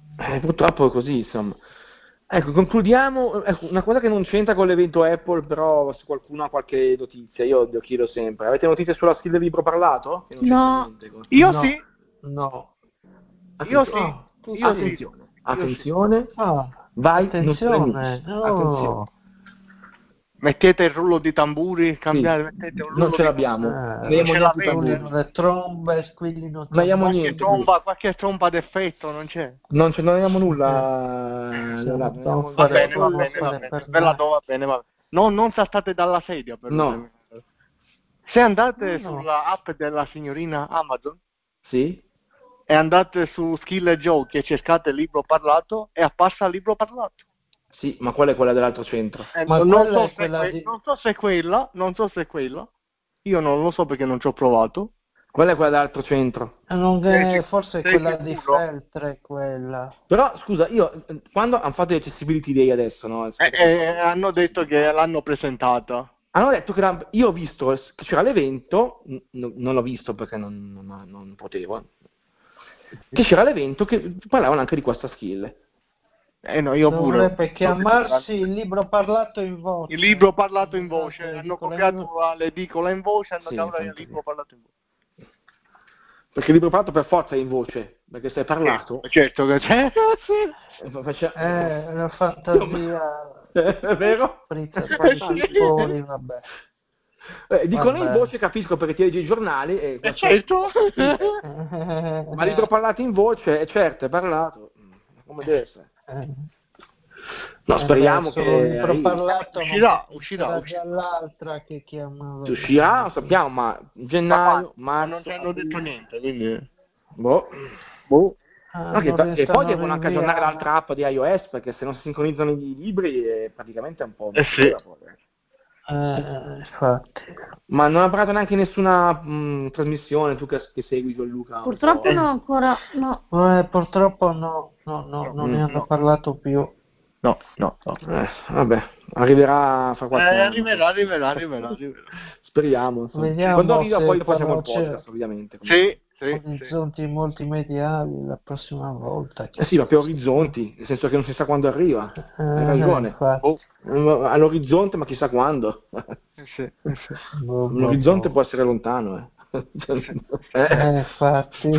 Eh, purtroppo è così, insomma. Ecco, concludiamo. Ecco, una cosa che non c'entra con l'evento Apple, però se qualcuno ha qualche notizia, io lo chiedo sempre. Avete notizie sulla skill del libro parlato? Che non c'entra No. niente. con- Io No, sì, no. io Attenzione, sì, Ah, tu io sì. sì. attenzione, Io sì. attenzione, Ah, vai, attenzione. non attenzione. Oh. Mettete il rullo di tamburi, cambiare, Sì, mettete un non rullo ce di l'abbiamo, Eh, non non vediamo ce niente i l'avete. tamburi, squillino le trombe, squillino non vediamo tamburi. Qualche niente qui, tromba, qualche tromba d'effetto non c'è. non, ce, non vediamo Eh, nulla, Siamo- Leonardo, non dobbiamo vediamo Va fare, bene, va solo- dobbiamo bene, va fare bene. per Ve la me. do, va bene, va bene. Non, non saltate dalla sedia per No, terminare. Se andate No, no. sulla app della signorina Amazon sì? e andate su Skill e Giochi e cercate libro parlato e appassa libro parlato. Sì, ma qual è quella dell'altro centro? Eh, Ma non, quella so è se quella que- di... non so se è quella, non so se è quella. Io non lo so perché non ci ho provato. Qual è quella dell'altro centro? eh, non Sei, è- sic- forse è sei quella di sicuro? Feltre, quella. Però, scusa, io, eh, quando hanno fatto l'accessibility day adesso, no? Eh, eh, hanno detto che l'hanno presentata. Hanno detto che la- io ho visto che c'era l'evento, n- n- non l'ho visto perché non, non- non potevo, che c'era l'evento che parlavano anche di questa skill. Eh no, io pure. Dovrebbe chiamarsi il libro parlato in voce. Il libro parlato in Guardate, voce. Hanno l'edicola in copiato voce. l'edicola in voce, hanno Sì, chiamato il fantasia. libro parlato in voce. Perché il libro parlato per forza è in voce, perché se è parlato... Eh, certo che c'è. eh, faccia- Eh, la fantasia è vero? sprizza fuori, fuori, vabbè. Eh, dicono in Vabbè. voce, capisco perché ti leggi i giornali e Eh, questo- certo. ma libro parlato in voce, è certo, è parlato, come deve essere. Eh, No, eh speriamo beh, solo che libro arrivi. parlato Uscirà, non uscirà, c'era uscirà. già l'altra che chiamava Se uscirà, lo sì. sappiamo, ma Ma gennaio, quando? Ma non marzo, ci hanno detto aprile, niente, quindi... boh. Boh. Ah, No, che, non che poi stanno devono anche aggiornare rinviando. l'altra app di iOS, perché se non si sincronizzano i libri è praticamente un po' un Eh sì. problema, poi. Eh, infatti. Ma non ha parlato neanche nessuna mh, trasmissione, tu che, che segui Gianluca un Purtroppo po'. no, ancora no. Eh, purtroppo no, no, no, non Mm. ne hanno No. parlato più. No, no, no. Eh, vabbè, arriverà fra Eh, qualche anno. arriverà, arriverà, arriverà, arriverà. Speriamo, insomma. Vediamo Quando arriva se poi lo facciamo quando il c'è podcast, ovviamente. Sì, sì, sì. orizzonti multimediali la prossima volta. Eh sì, ma per orizzonti, nel senso che non si sa quando arriva. Hai Eh, ragione. infatti. Boh. All'orizzonte, ma chissà quando. Eh sì, eh sì. Boh, boh, L'orizzonte boh. può essere lontano, eh. Eh, infatti.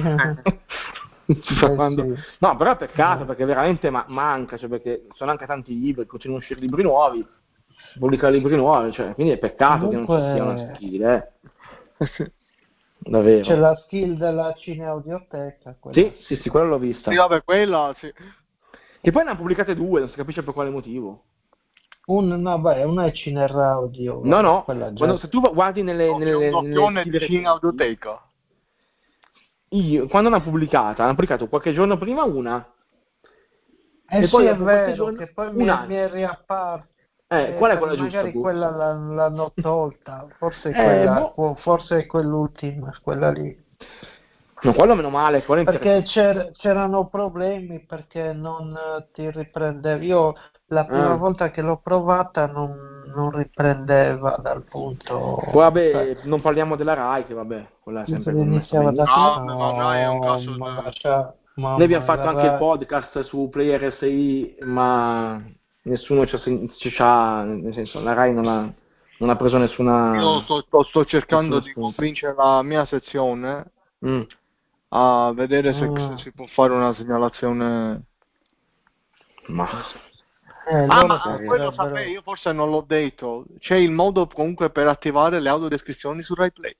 Si sa Eh, quando- sì. No, però è peccato Eh. perché veramente ma- manca, cioè perché sono anche tanti libri, continuano a uscire libri nuovi, pubblicare libri nuovi, cioè, quindi è peccato che non ci sia una Comunque skill, eh. Eh sì. Davvero. c'è la skill della cineaudioteca. Quella Sì, sì, sì, quello l'ho vista. Sì, vabbè, quella, sì. Che poi ne hanno pubblicate due, non si capisce per quale motivo. Un, no, beh, una è Cineraudio, No, vabbè, no, quella già. quando, se tu guardi nelle, No, c'è nelle, un nelle doppione skill di recenti, cineautoteca. io, quando l'hanno pubblicata, hanno pubblicato qualche giorno prima una, Eh e sì, poi è dopo qualche vero, giorno che poi mi è, un'altra. mi è riapparso. Eh, Eh, qual è per- quella giusta, magari boh? quella l'han- l'hanno tolta, forse è Eh, quella, boh. può- forse è quell'ultima, quella lì. No, quello meno male, quello è Perché interessante. c'er- c'erano problemi, perché non eh, ti riprendeva. Io la prima Ah. volta che l'ho provata non, non riprendeva dal punto. Poi Cioè, vabbè, non parliamo della Rai, che vabbè, quella è sempre come messa iniziava da benissimo. No, ma Rai è un no, caso ma da... lascia, Noi abbiamo mamma, fatto la anche il Rai- podcast su Player S I, ma nessuno ci ha, sen- ci ha- nel senso, la Rai non ha, non ha preso nessuna... Io sto, sto- sto cercando nessuno di spunto. convincere la mia sezione Mm. a vedere se, Ah. se si può fare una segnalazione. Ma... eh, Ah, loro ma ah, quello potrebbero. sapevo, io forse non l'ho detto. C'è il modo comunque per attivare le audiodescrizioni su RaiPlay,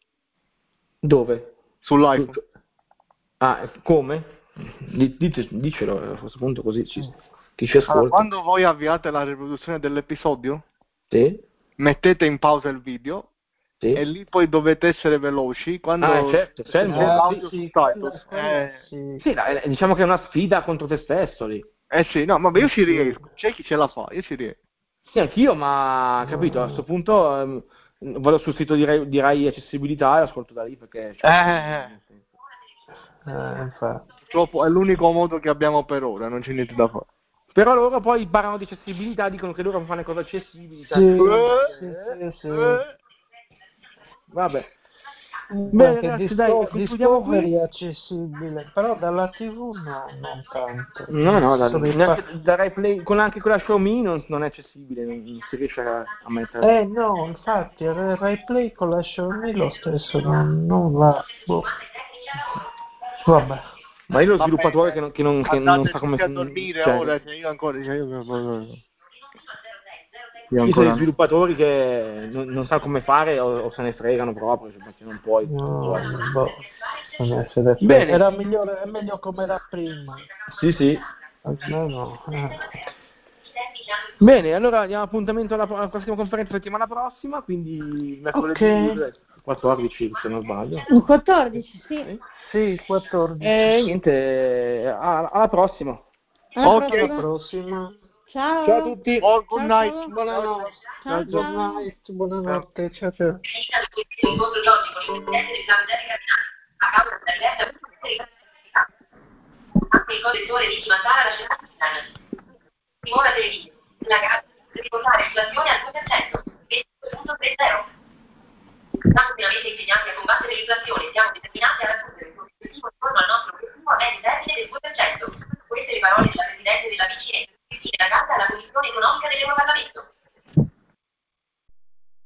Dove? sull'iPhone. Su- Ah, come? Di- dite- dicelo a questo punto così ci, chi ci Allora, ascolta. quando voi avviate la riproduzione dell'episodio, Sì? mettete in pausa il video Sì? e lì poi dovete essere veloci quando Ah, certo, c'è il c'è modo, l'audio sì. sì, subtitles. quella- quella Eh, sì. Sì, dai, diciamo che è una sfida contro te stesso lì. eh sì, no, ma io ci Sì. riesco. C'è chi ce la fa, io ci riesco. Sì, anch'io, ma capito, a questo punto ehm, vado sul sito di Rai, di Rai Accessibilità e ascolto da lì perché... cioè, Eh, nel senso. Eh, infatti. purtroppo è l'unico modo che abbiamo per ora, non c'è niente da fare. Però loro poi parlano di accessibilità, dicono che loro fanno le cose accessibili. Sì, cioè- sì, sì, sì. Eh, Vabbè. Bene, Anche ragazzi, Disco- dai, concludiamo qui. Discovery è accessibile, però dalla tivù no, non tanto. No, no, da, Solo i neanche pa- da Rai Play, con, anche con la Xiaomi non, non è accessibile, non, non si riesce a, a mettere. Eh no, infatti il Rai Play con la Xiaomi lo stesso non, non va. Boh. Vabbè. Ma io lo Va sviluppatore bene. che non, che non, che non Andate sa come tutti a si- dormire cioè, ora, cioè io ancora... Cioè io... Io ci sono ancora... dei sviluppatori che non, non sanno come fare o, o se ne fregano proprio, cioè, perché non puoi. Non No, puoi. boh. Non essere fe- Bene. Era migliore, è meglio come era prima. Sì, sì. Almeno, eh. Bene, allora diamo appuntamento alla, alla prossima conferenza settimana prossima, quindi mercoledì Ok. quattordici se non sbaglio. Il quattordici, sì. Sì, quattordici. E niente, a- alla prossima. Alla Ok. Alla prossima. prossima. Ciao. Ciao a tutti. Oh, good Ciao, night. ciao. Buonanotte. Ciao, Good ciao. night, buonanotte. Ciao ciao. L'incontro di oggi con il presidente dell'esame terminale a causa della diversa anche il correttore di Cimatara la scelta Simona Televideo la gara per riportare l'inflazione al due per cento ventidue virgola trenta. Siamo finalmente impegnati a combattere l'inflazione, siamo